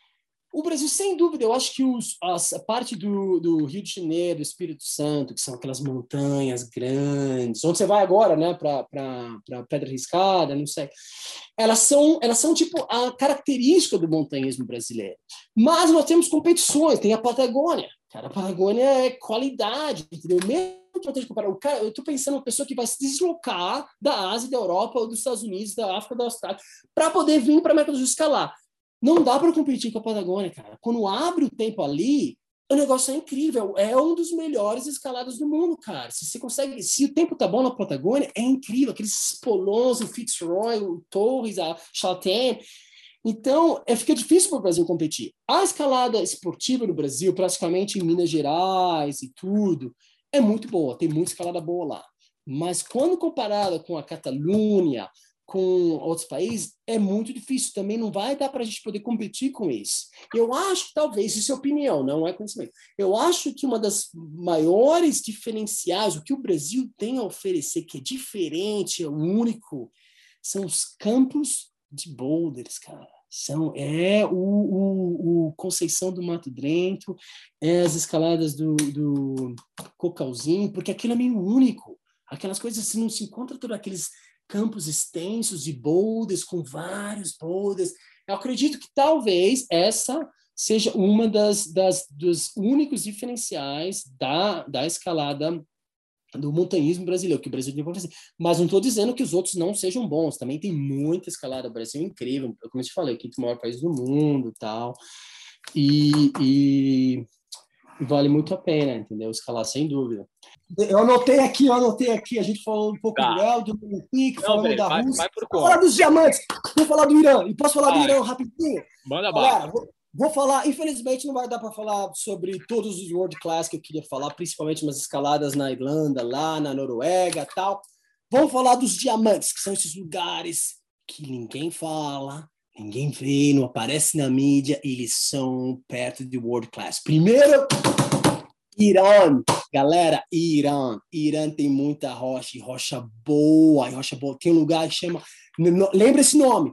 O Brasil, sem dúvida, eu acho que os, as, a parte do, do Rio de Janeiro, do Espírito Santo, que são aquelas montanhas grandes, onde você vai agora, né, para Pedra Riscada, não sei, elas são, elas são tipo a característica do montanhismo brasileiro. Mas nós temos competições, tem a Patagônia. Cara, a Patagônia é qualidade, entendeu? Mesmo que comparar, o cara, eu estou pensando em uma pessoa que vai se deslocar da Ásia, da Europa, ou dos Estados Unidos, da África, da Austrália, para poder vir para a América do Sul escalar. Não dá para competir com a Patagônia, cara. Quando abre o tempo ali, o negócio é incrível. É um dos melhores escaladas do mundo, cara. Se você consegue, se o tempo tá bom na Patagônia, é incrível. Aqueles Polons, o Fitzroy, o Torres, a Chaltén. Então, é, fica difícil para o Brasil competir. A escalada esportiva no Brasil, praticamente em Minas Gerais e tudo, é muito boa. Tem muita escalada boa lá. Mas quando comparada com a Catalunha, com outros países, é muito difícil. Também não vai dar para a gente poder competir com isso. Eu acho que talvez, isso é opinião, não é conhecimento. Eu acho que uma das maiores diferenciais, o que o Brasil tem a oferecer, que é diferente, é único, são os campos de boulders, cara. São, é o, o, o Conceição do Mato Dentro, é as escaladas do, do Cocalzinho, porque aquilo é meio único. Aquelas coisas, assim, não se encontra todos aqueles campos extensos de boulders, com vários boulders. Eu acredito que talvez essa seja uma das, das dos únicos diferenciais da, da escalada do montanhismo brasileiro, que o Brasil tem para fazer. Mas não estou dizendo que os outros não sejam bons. Também tem muita escalada. O Brasil é incrível. Como eu te falei, o quinto maior país do mundo, tal. E, e, e vale muito a pena, entendeu? Escalar, sem dúvida. Eu anotei aqui, eu anotei aqui, a gente falou um pouco tá. do El, do Olympique, falando velho, da vai, Rússia. Vai Vou falar dos diamantes, vou falar do Irã. E posso falar vai. do Irã rapidinho? Manda Galera, vou, vou falar, infelizmente não vai dar para falar sobre todos os world class que eu queria falar, principalmente umas escaladas na Irlanda, lá na Noruega e tal. Vamos falar dos diamantes, que são esses lugares que ninguém fala, ninguém vê, não aparece na mídia, eles são perto de world class. Primeiro, Irã, galera, Irã. Irã tem muita rocha, e rocha boa, e rocha boa. Tem um lugar que chama, lembra esse nome?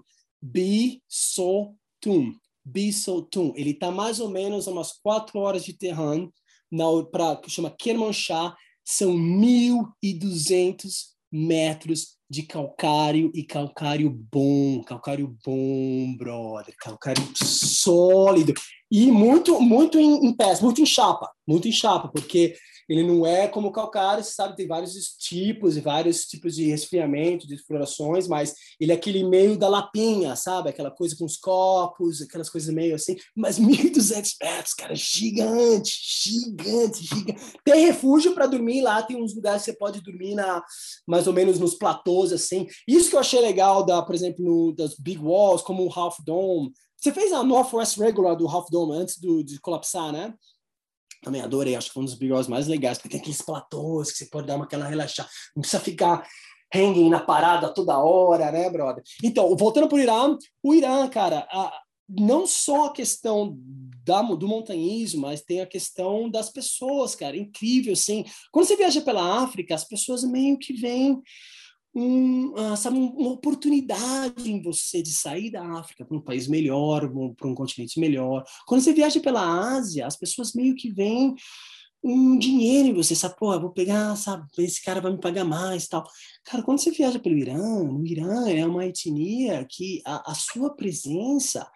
Bisotum. Bisotum. Ele está mais ou menos a umas quatro horas de Tehran, para que chama Kermanshah. São mil e duzentos metros de calcário, e calcário bom, calcário bom, brother, calcário sólido, e muito, muito em, em pés, muito em chapa, muito em chapa, porque ele não é como o calcário, você sabe, tem vários tipos e vários tipos de resfriamento, de explorações, mas ele é aquele meio da lapinha, sabe? Aquela coisa com os copos, aquelas coisas meio assim, mas mil e duzentos metros, cara, gigante, gigante, gigante. Tem refúgio para dormir lá, tem uns lugares que você pode dormir na, mais ou menos nos platôs, assim. Isso que eu achei legal, da, por exemplo, no, das Big Walls, como o Half Dome. Você fez a Northwest Regular do Half Dome antes do, de colapsar, né? Também adorei, acho que foi um dos Big Walls mais legais, porque tem aqueles platôs que você pode dar uma aquela relaxada, não precisa ficar hanging na parada toda hora, né, brother? Então, voltando para o Irã, o Irã, cara, a, não só a questão da, do montanhismo, mas tem a questão das pessoas, cara, incrível, assim. Quando você viaja pela África, as pessoas meio que vêm Um, sabe, uma oportunidade em você de sair da África para um país melhor, para um continente melhor. Quando você viaja pela Ásia, as pessoas meio que veem um dinheiro em você, sabe? Pô, eu vou pegar, sabe? Esse cara vai me pagar mais, tal. Cara, quando você viaja pelo Irã, o Irã é uma etnia que a, a sua presença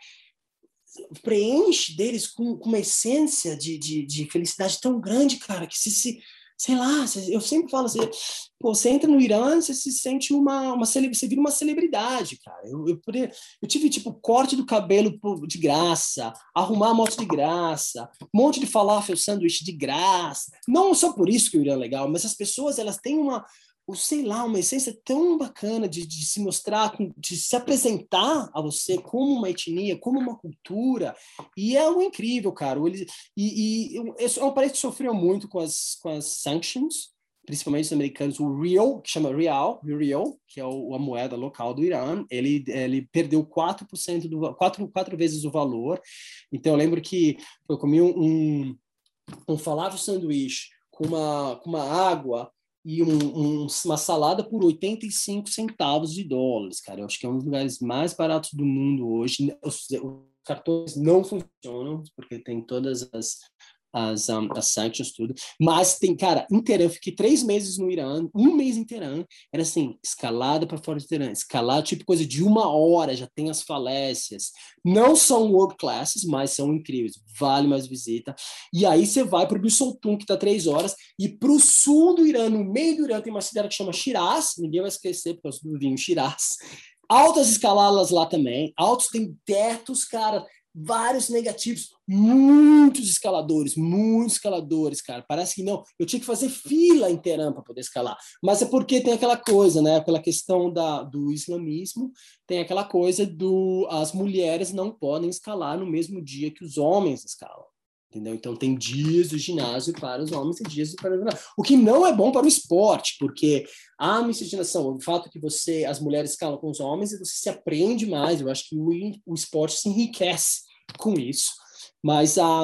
preenche deles com, com uma essência de, de, de felicidade tão grande, cara, que se... se sei lá, eu sempre falo assim, pô, você entra no Irã, você se sente uma, uma cele, você vira uma celebridade, cara. Eu, eu, eu tive, tipo, corte do cabelo de graça, arrumar a moto de graça, um monte de falafel sanduíche de graça. Não só por isso que o Irã é legal, mas as pessoas, elas têm uma, sei lá, uma essência tão bacana de, de se mostrar, de se apresentar a você como uma etnia, como uma cultura, e é algo incrível, cara. Eles, e, e é um país que sofreu muito com as, com as sanctions, principalmente os americanos. O Rial, que chama Rial, Rial, que é o, a moeda local do Irã, ele, ele perdeu quatro por cento do, quatro, quatro vezes o valor. Então eu lembro que eu comi um, um, um falafel sanduíche com uma, com uma água e um, um, uma salada por oitenta e cinco centavos de dólares, cara. Eu acho que é um dos lugares mais baratos do mundo hoje. Os, os cartões não funcionam, porque tem todas as, as, um, as sanctions, tudo. Mas tem, cara, em Teherã, eu fiquei três meses no Irã, um mês em Teherã, era assim, escalada para fora de Teherã, escalada, tipo coisa de uma hora, já tem as falésias. Não são world classes, mas são incríveis, vale mais visita. E aí você vai para o Bisotum, que está três horas, e para o sul do Irã, no meio do Irã, tem uma cidade que chama Shiraz, ninguém vai esquecer por causa do vinho Shiraz. Altas escaladas lá também, altos, tem tetos, cara, vários negativos, muitos escaladores, muitos escaladores, cara. Parece que não, eu tinha que fazer fila em Teherã para poder escalar, mas é porque tem aquela coisa, né? Aquela questão da, do islamismo, tem aquela coisa do as mulheres não podem escalar no mesmo dia que os homens escalam. Entendeu? Então tem dias do ginásio para os homens e dias para os... O que não é bom para o esporte, porque a miscigenação, o fato que você, as mulheres escalam com os homens, você se aprende mais. Eu acho que o, o esporte se enriquece com isso. Mas a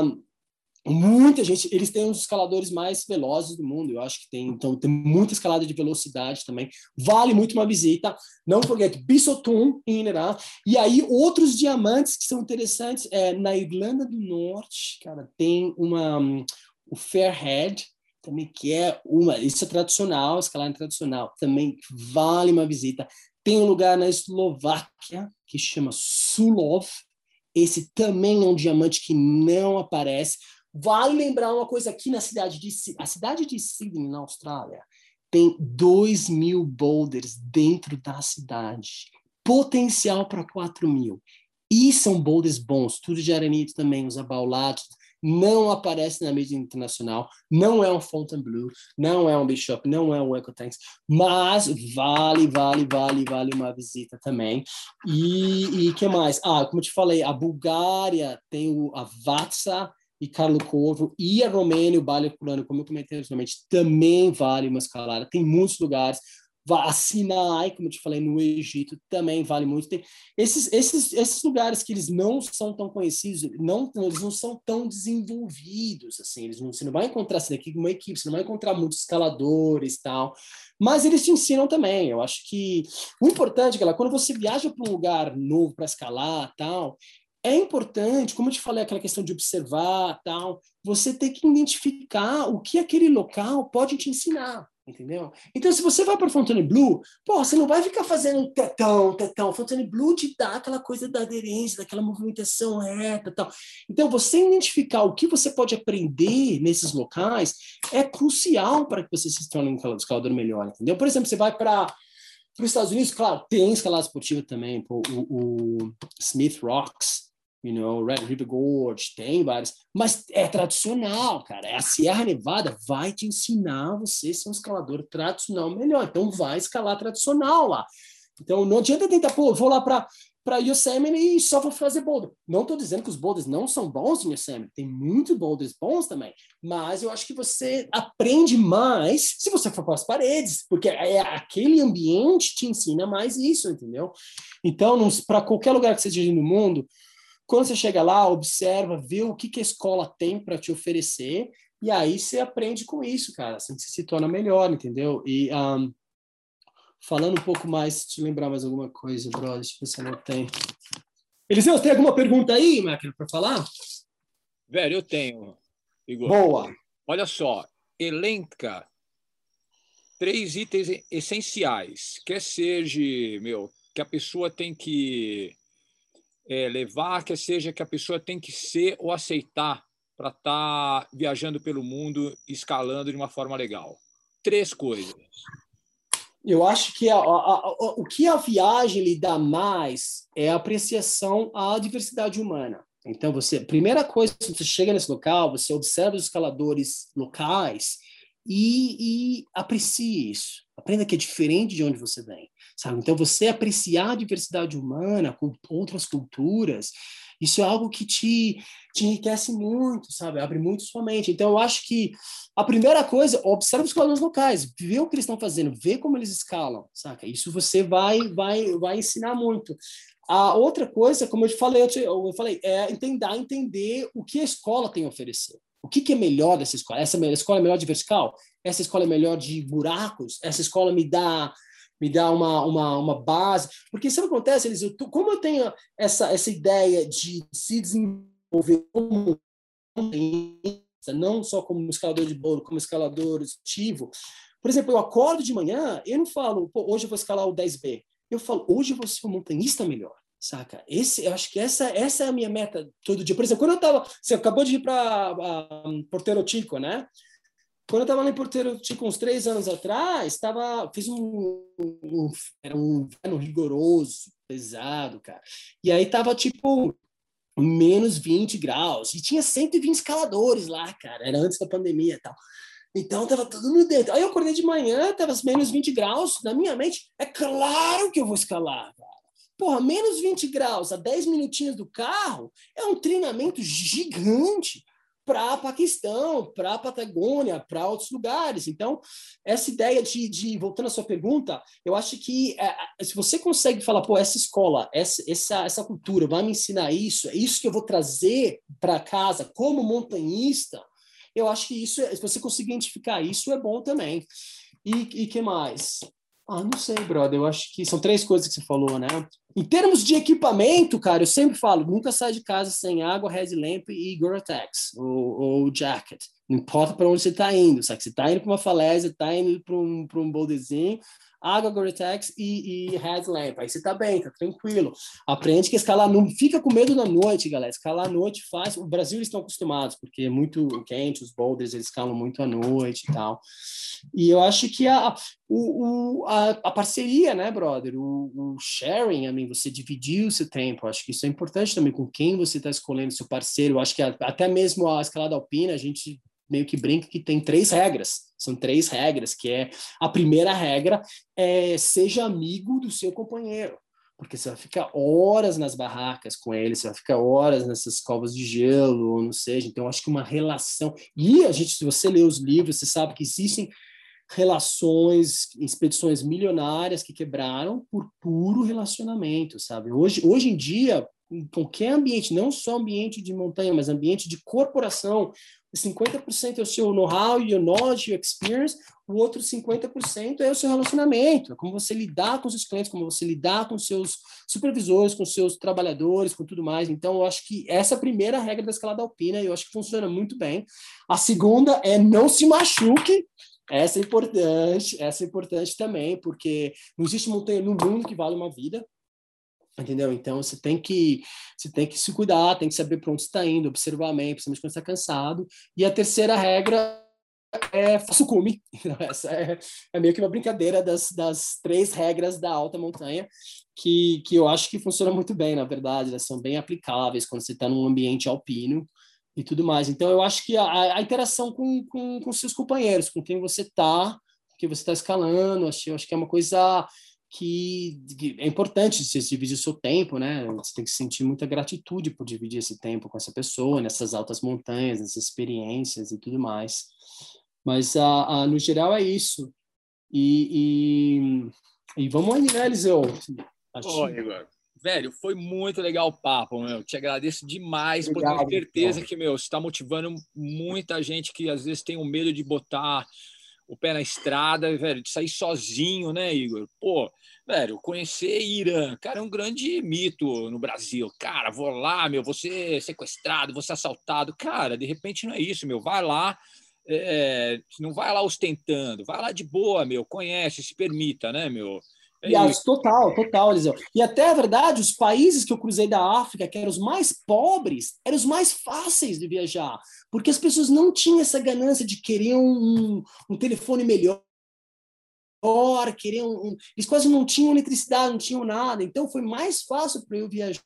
muita gente, eles têm um dos escaladores mais velozes do mundo, eu acho que tem, então tem muita escalada de velocidade também, vale muito uma visita, não forget Bisotum em Irã, e aí outros diamantes que são interessantes, é, na Irlanda do Norte, cara, tem uma, um, o Fairhead, também que é uma, isso é tradicional, escalada tradicional, também vale uma visita, tem um lugar na Eslováquia, que chama Sulov, esse também é um diamante que não aparece. Vale lembrar uma coisa aqui na cidade de a cidade de Sydney, na Austrália, tem dois mil boulders dentro da cidade. Potencial para quatro mil. E são boulders bons, tudo de arenito também, os abaulados. Não aparece na mídia internacional, não é um Fontainebleau, não é um Bishop, não é um Ecotanks, mas vale, vale, vale, vale uma visita também. E o que mais? Ah, como eu te falei, a Bulgária tem o, a Vatsa e Carlo Corvo, e a Romênia, o Balha Culano, como eu comentei anteriormente, também vale uma escalada. Tem muitos lugares. a Sinai, como eu te falei, no Egito também vale muito. Tem esses, esses, esses lugares que eles não são tão conhecidos, não, eles não são tão desenvolvidos, assim, eles não, você não vai encontrar assim, aqui uma equipe, você não vai encontrar muitos escaladores e tal, mas eles te ensinam também. Eu acho que o importante, galera, quando você viaja para um lugar novo para escalar tal, é importante, como eu te falei, aquela questão de observar tal, você tem que identificar o que aquele local pode te ensinar. Entendeu? Então, se você vai para Fontainebleau, pô, você não vai ficar fazendo tetão, tetão. Fontainebleau te dá aquela coisa da aderência, daquela movimentação reta, tal. Então, você identificar o que você pode aprender nesses locais é crucial para que você se torne um escalador melhor, entendeu? Por exemplo, você vai para os Estados Unidos, claro, tem escalada esportiva também, pô, o, o Smith Rocks, you know, Red River Gorge, tem vários, mas é tradicional, cara. A Sierra Nevada vai te ensinar você a ser um escalador tradicional melhor. Então, vai escalar tradicional lá. Então, não adianta tentar, pô, vou lá para para Yosemite e só vou fazer boulder. Não estou dizendo que os boulders não são bons em Yosemite, tem muitos boulders bons também, mas eu acho que você aprende mais se você for para as paredes, porque é aquele ambiente te ensina mais isso, entendeu? Então, para qualquer lugar que você esteja no mundo, quando você chega lá, observa, vê o que, que a escola tem para te oferecer, e aí você aprende com isso, cara. Assim você se torna melhor, entendeu? E um, falando um pouco mais, te lembrar mais alguma coisa, brother, deixa eu ver se eu não tenho. Eliseu, tem alguma pergunta aí, máquina, para falar? Velho, eu tenho, Igor. Boa. Olha só, elenca três itens essenciais, quer seja, meu, que a pessoa tem que É, levar, que seja que a pessoa tem que ser ou aceitar para estar tá viajando pelo mundo, escalando de uma forma legal. Três coisas. Eu acho que a, a, a, o que a viagem lhe dá mais é a apreciação à diversidade humana. Então, você, primeira coisa, você chega nesse local, você observa os escaladores locais e, e aprecie isso. Aprenda que é diferente de onde você vem, sabe? Então, você apreciar a diversidade humana com outras culturas, isso é algo que te, te enriquece muito, sabe? Abre muito sua mente. Então, eu acho que a primeira coisa, observa os escaladores locais, vê o que eles estão fazendo, vê como eles escalam, saca? Isso você vai, vai, vai ensinar muito. A outra coisa, como eu te falei, eu, te, eu falei, é tentar entender o que a escola tem a oferecer. O que, que é melhor dessa escola? Essa escola é melhor de vertical? Essa escola é melhor de buracos? Essa escola me dá, me dá uma, uma, uma base? Porque isso não acontece, Eliseu, como eu tenho essa, essa ideia de se desenvolver como não só como escalador de bolo, como escalador ativo. Por exemplo, eu acordo de manhã, eu não falo, pô, hoje eu vou escalar o dez B. Eu falo, hoje eu vou ser um montanhista melhor. Saca? Esse, eu acho que essa, essa é a minha meta todo dia. Por exemplo, quando eu tava... Você acabou de ir para Portero Chico, né? Quando eu estava lá em Portero Chico, uns três anos atrás, tava, fiz um, um... Era um inverno rigoroso, pesado, cara. E aí tava, tipo, menos vinte graus. E tinha cento e vinte escaladores lá, cara. Era antes da pandemia e tal. Então, tava tudo no dentro. Aí eu acordei de manhã, tava menos vinte graus. Na minha mente, é claro que eu vou escalar, cara. Porra, menos vinte graus a dez minutinhos do carro é um treinamento gigante para Paquistão, para Patagônia, para outros lugares. Então, essa ideia de, de, voltando à sua pergunta, eu acho que é, se você consegue falar, pô, essa escola, essa, essa, essa cultura vai me ensinar isso, é isso que eu vou trazer para casa como montanhista, eu acho que isso, se você conseguir identificar isso, é bom também. E o que mais? Ah, não sei, brother. Eu acho que são três coisas que você falou, né? Em termos de equipamento, cara, eu sempre falo, nunca sai de casa sem água, headlamp e Gore-Tex, ou, ou jacket. Não importa para onde você está indo, sabe? Você está indo para uma falésia, está indo para um, para um boulderzinho, água, Gore-Tex e, e headlamp. Aí você tá bem, tá tranquilo. Aprende que escalar, não fica com medo na noite, galera. Escalar à noite faz... O Brasil eles estão acostumados, porque é muito quente, os boulders eles escalam muito à noite e tal. E eu acho que a, o, o, a, a parceria, né, brother? O, o sharing, I mean, você dividir o seu tempo, eu acho que isso é importante também, com quem você está escolhendo seu parceiro. Eu acho que a, até mesmo a escalada alpina, a gente meio que brinca que tem três regras. São três regras, que é... A primeira regra é seja amigo do seu companheiro, porque você vai ficar horas nas barracas com ele, você vai ficar horas nessas covas de gelo, ou não seja. Então, acho que uma relação... E a gente, se você lê os livros, você sabe que existem relações, expedições milionárias que quebraram por puro relacionamento, sabe? Hoje, hoje em dia, em qualquer ambiente, não só ambiente de montanha, mas ambiente de corporação, cinquenta por cento é o seu know-how, your knowledge, your experience, o outro cinquenta por cento é o seu relacionamento, é como você lidar com os seus clientes, como você lidar com seus supervisores, com seus trabalhadores, com tudo mais. Então, eu acho que essa é a primeira regra da escalada alpina, e eu acho que funciona muito bem. A segunda é não se machuque. Essa é importante, essa é importante também, porque não existe montanha no mundo que vale uma vida. Entendeu? Então, você tem que você tem que se cuidar, tem que saber para onde você está indo, observar bem, principalmente quando você está cansado. E a terceira regra é faça o cume. Essa é, é meio que uma brincadeira das, das três regras da alta montanha, que, que eu acho que funciona muito bem, na verdade. Elas são bem aplicáveis quando você está num ambiente alpino e tudo mais. Então, eu acho que a, a interação com, com, com seus companheiros, com quem você está, com quem você está escalando, acho, eu acho que é uma coisa... Que, que é importante você dividir o seu tempo, né? Você tem que sentir muita gratitude por dividir esse tempo com essa pessoa, nessas altas montanhas, nessas experiências e tudo mais. Mas, a, a, no geral, é isso. E, e, e vamos aí, né, Eliseu? Ô, Igor, velho, foi muito legal o papo, meu. Te agradeço demais. Obrigado, por ter certeza então. que, meu, você está motivando muita gente que às vezes tem um medo de botar o pé na estrada, velho, de sair sozinho, né, Igor? Pô, velho, conhecer Irã, cara, é um grande mito no Brasil. Cara, vou lá, meu, vou ser sequestrado, vou ser assaltado. Cara, de repente não é isso, meu. Vai lá, é, não vai lá ostentando, vai lá de boa, meu, conhece, se permita, né, meu? É E isso. as, total, total, Eliseu. E até a verdade, os países que eu cruzei da África, que eram os mais pobres, eram os mais fáceis de viajar, porque as pessoas não tinham essa ganância de querer um, um telefone melhor, queriam um, eles quase não tinham eletricidade, não tinham nada, então foi mais fácil para eu viajar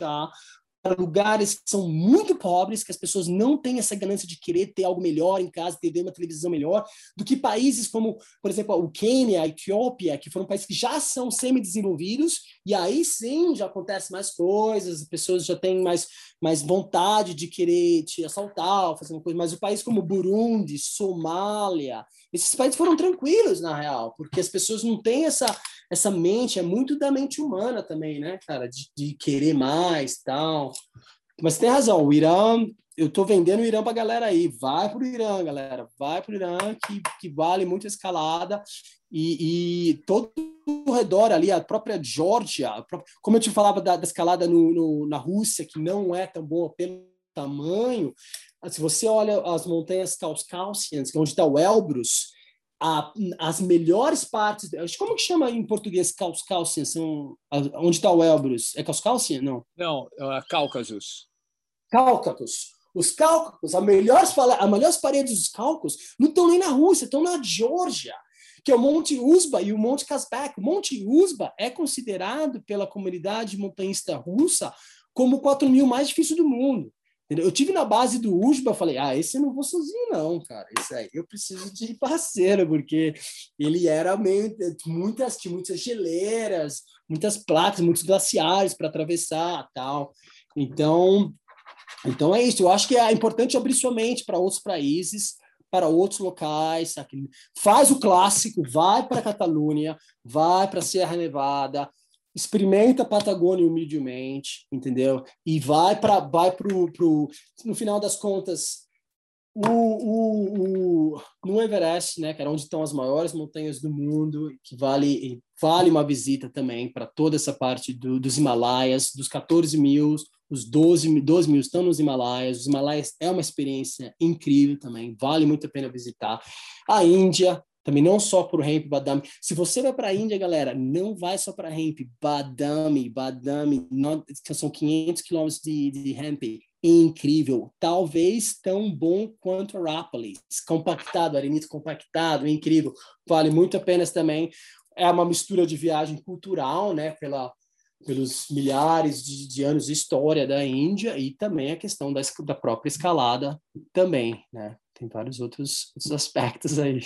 para lugares que são muito pobres, que as pessoas não têm essa ganância de querer ter algo melhor em casa, ter uma televisão melhor, do que países como, por exemplo, o Quênia, a Etiópia, que foram países que já são semi-desenvolvidos, e aí sim já acontece mais coisas, as pessoas já têm mais, mais vontade de querer te assaltar, fazer uma coisa, mas o país como Burundi, Somália, esses países foram tranquilos, na real, porque as pessoas não têm essa, essa mente, é muito da mente humana também, né, cara, de, de querer mais, tal. Mas tem razão, o Irã, eu tô vendendo o Irã pra galera aí, vai pro Irã, galera, vai pro Irã, que, que vale muito a escalada, e, e todo ao redor ali, a própria Geórgia, como eu te falava da, da escalada no, no, na Rússia, que não é tão boa pelo tamanho, se você olha as montanhas Caucasians, onde está o Elbrus, a, as melhores partes, como que chama em português Caucasian? São, onde está o Elbrus? É Caucasian? Não. Não, uh, Cáucasos. Cáucasos. Os Cáucasos, as melhores, as melhores paredes dos Cáucasos não estão nem na Rússia, estão na Geórgia, que é o Monte Uzba e o Monte Kazbek. O Monte Uzba é considerado pela comunidade montanhista russa como o quatro mil mais difícil do mundo. Eu tive na base do Uzba, falei, ah, esse eu não vou sozinho não, cara, esse aí eu preciso de parceiro, porque ele era meio, muitas, tinha muitas geleiras, muitas placas, muitos glaciares para atravessar, tal, então, então é isso, eu acho que é importante abrir sua mente para outros países, para outros locais, sabe? Faz o clássico, vai para a Catalunha, vai para a Serra Nevada, experimenta a Patagônia humildemente, entendeu? E vai para vai pro, pro no final das contas o, o, o no Everest, né, que era onde estão as maiores montanhas do mundo, que vale vale uma visita também para toda essa parte do, dos Himalaias, dos quatorze mil, os doze, doze mil estão nos Himalaias. Os Himalaias é uma experiência incrível também, vale muito a pena visitar. A Índia também, não só para o Ramp Badami. Se você vai para a Índia, galera, não vai só para Ramp, Badami, Badami, não, são quinhentos quilômetros de, de Ramp, incrível, talvez tão bom quanto Arapiles, compactado, arenito compactado, incrível, vale muito a pena também. É uma mistura de viagem cultural, né, pela, pelos milhares de, de anos de história da Índia, e também a questão da, da própria escalada também, né, tem vários outros, outros aspectos aí.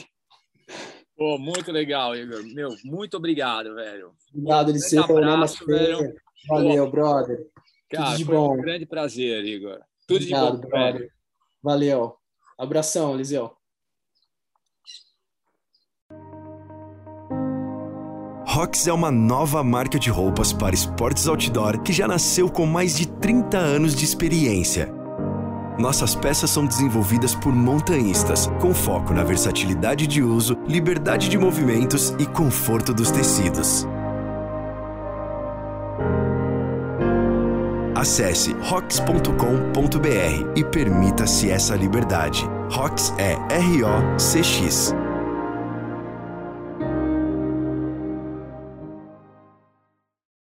Pô, muito legal, Igor. Meu, muito obrigado, velho. Obrigado, Eliseu. Um abraço, velho. Valeu, Pô, brother. cara, Tudo de foi bom. um grande prazer, Igor. Tudo Obrigado, de bom, brother. velho. Valeu. Abração, Eliseu. Rox é uma nova marca de roupas para esportes outdoor que já nasceu com mais de trinta anos de experiência. Nossas peças são desenvolvidas por montanhistas, com foco na versatilidade de uso, liberdade de movimentos e conforto dos tecidos. Acesse rox ponto com ponto b r e permita-se essa liberdade. Rox é R O C X.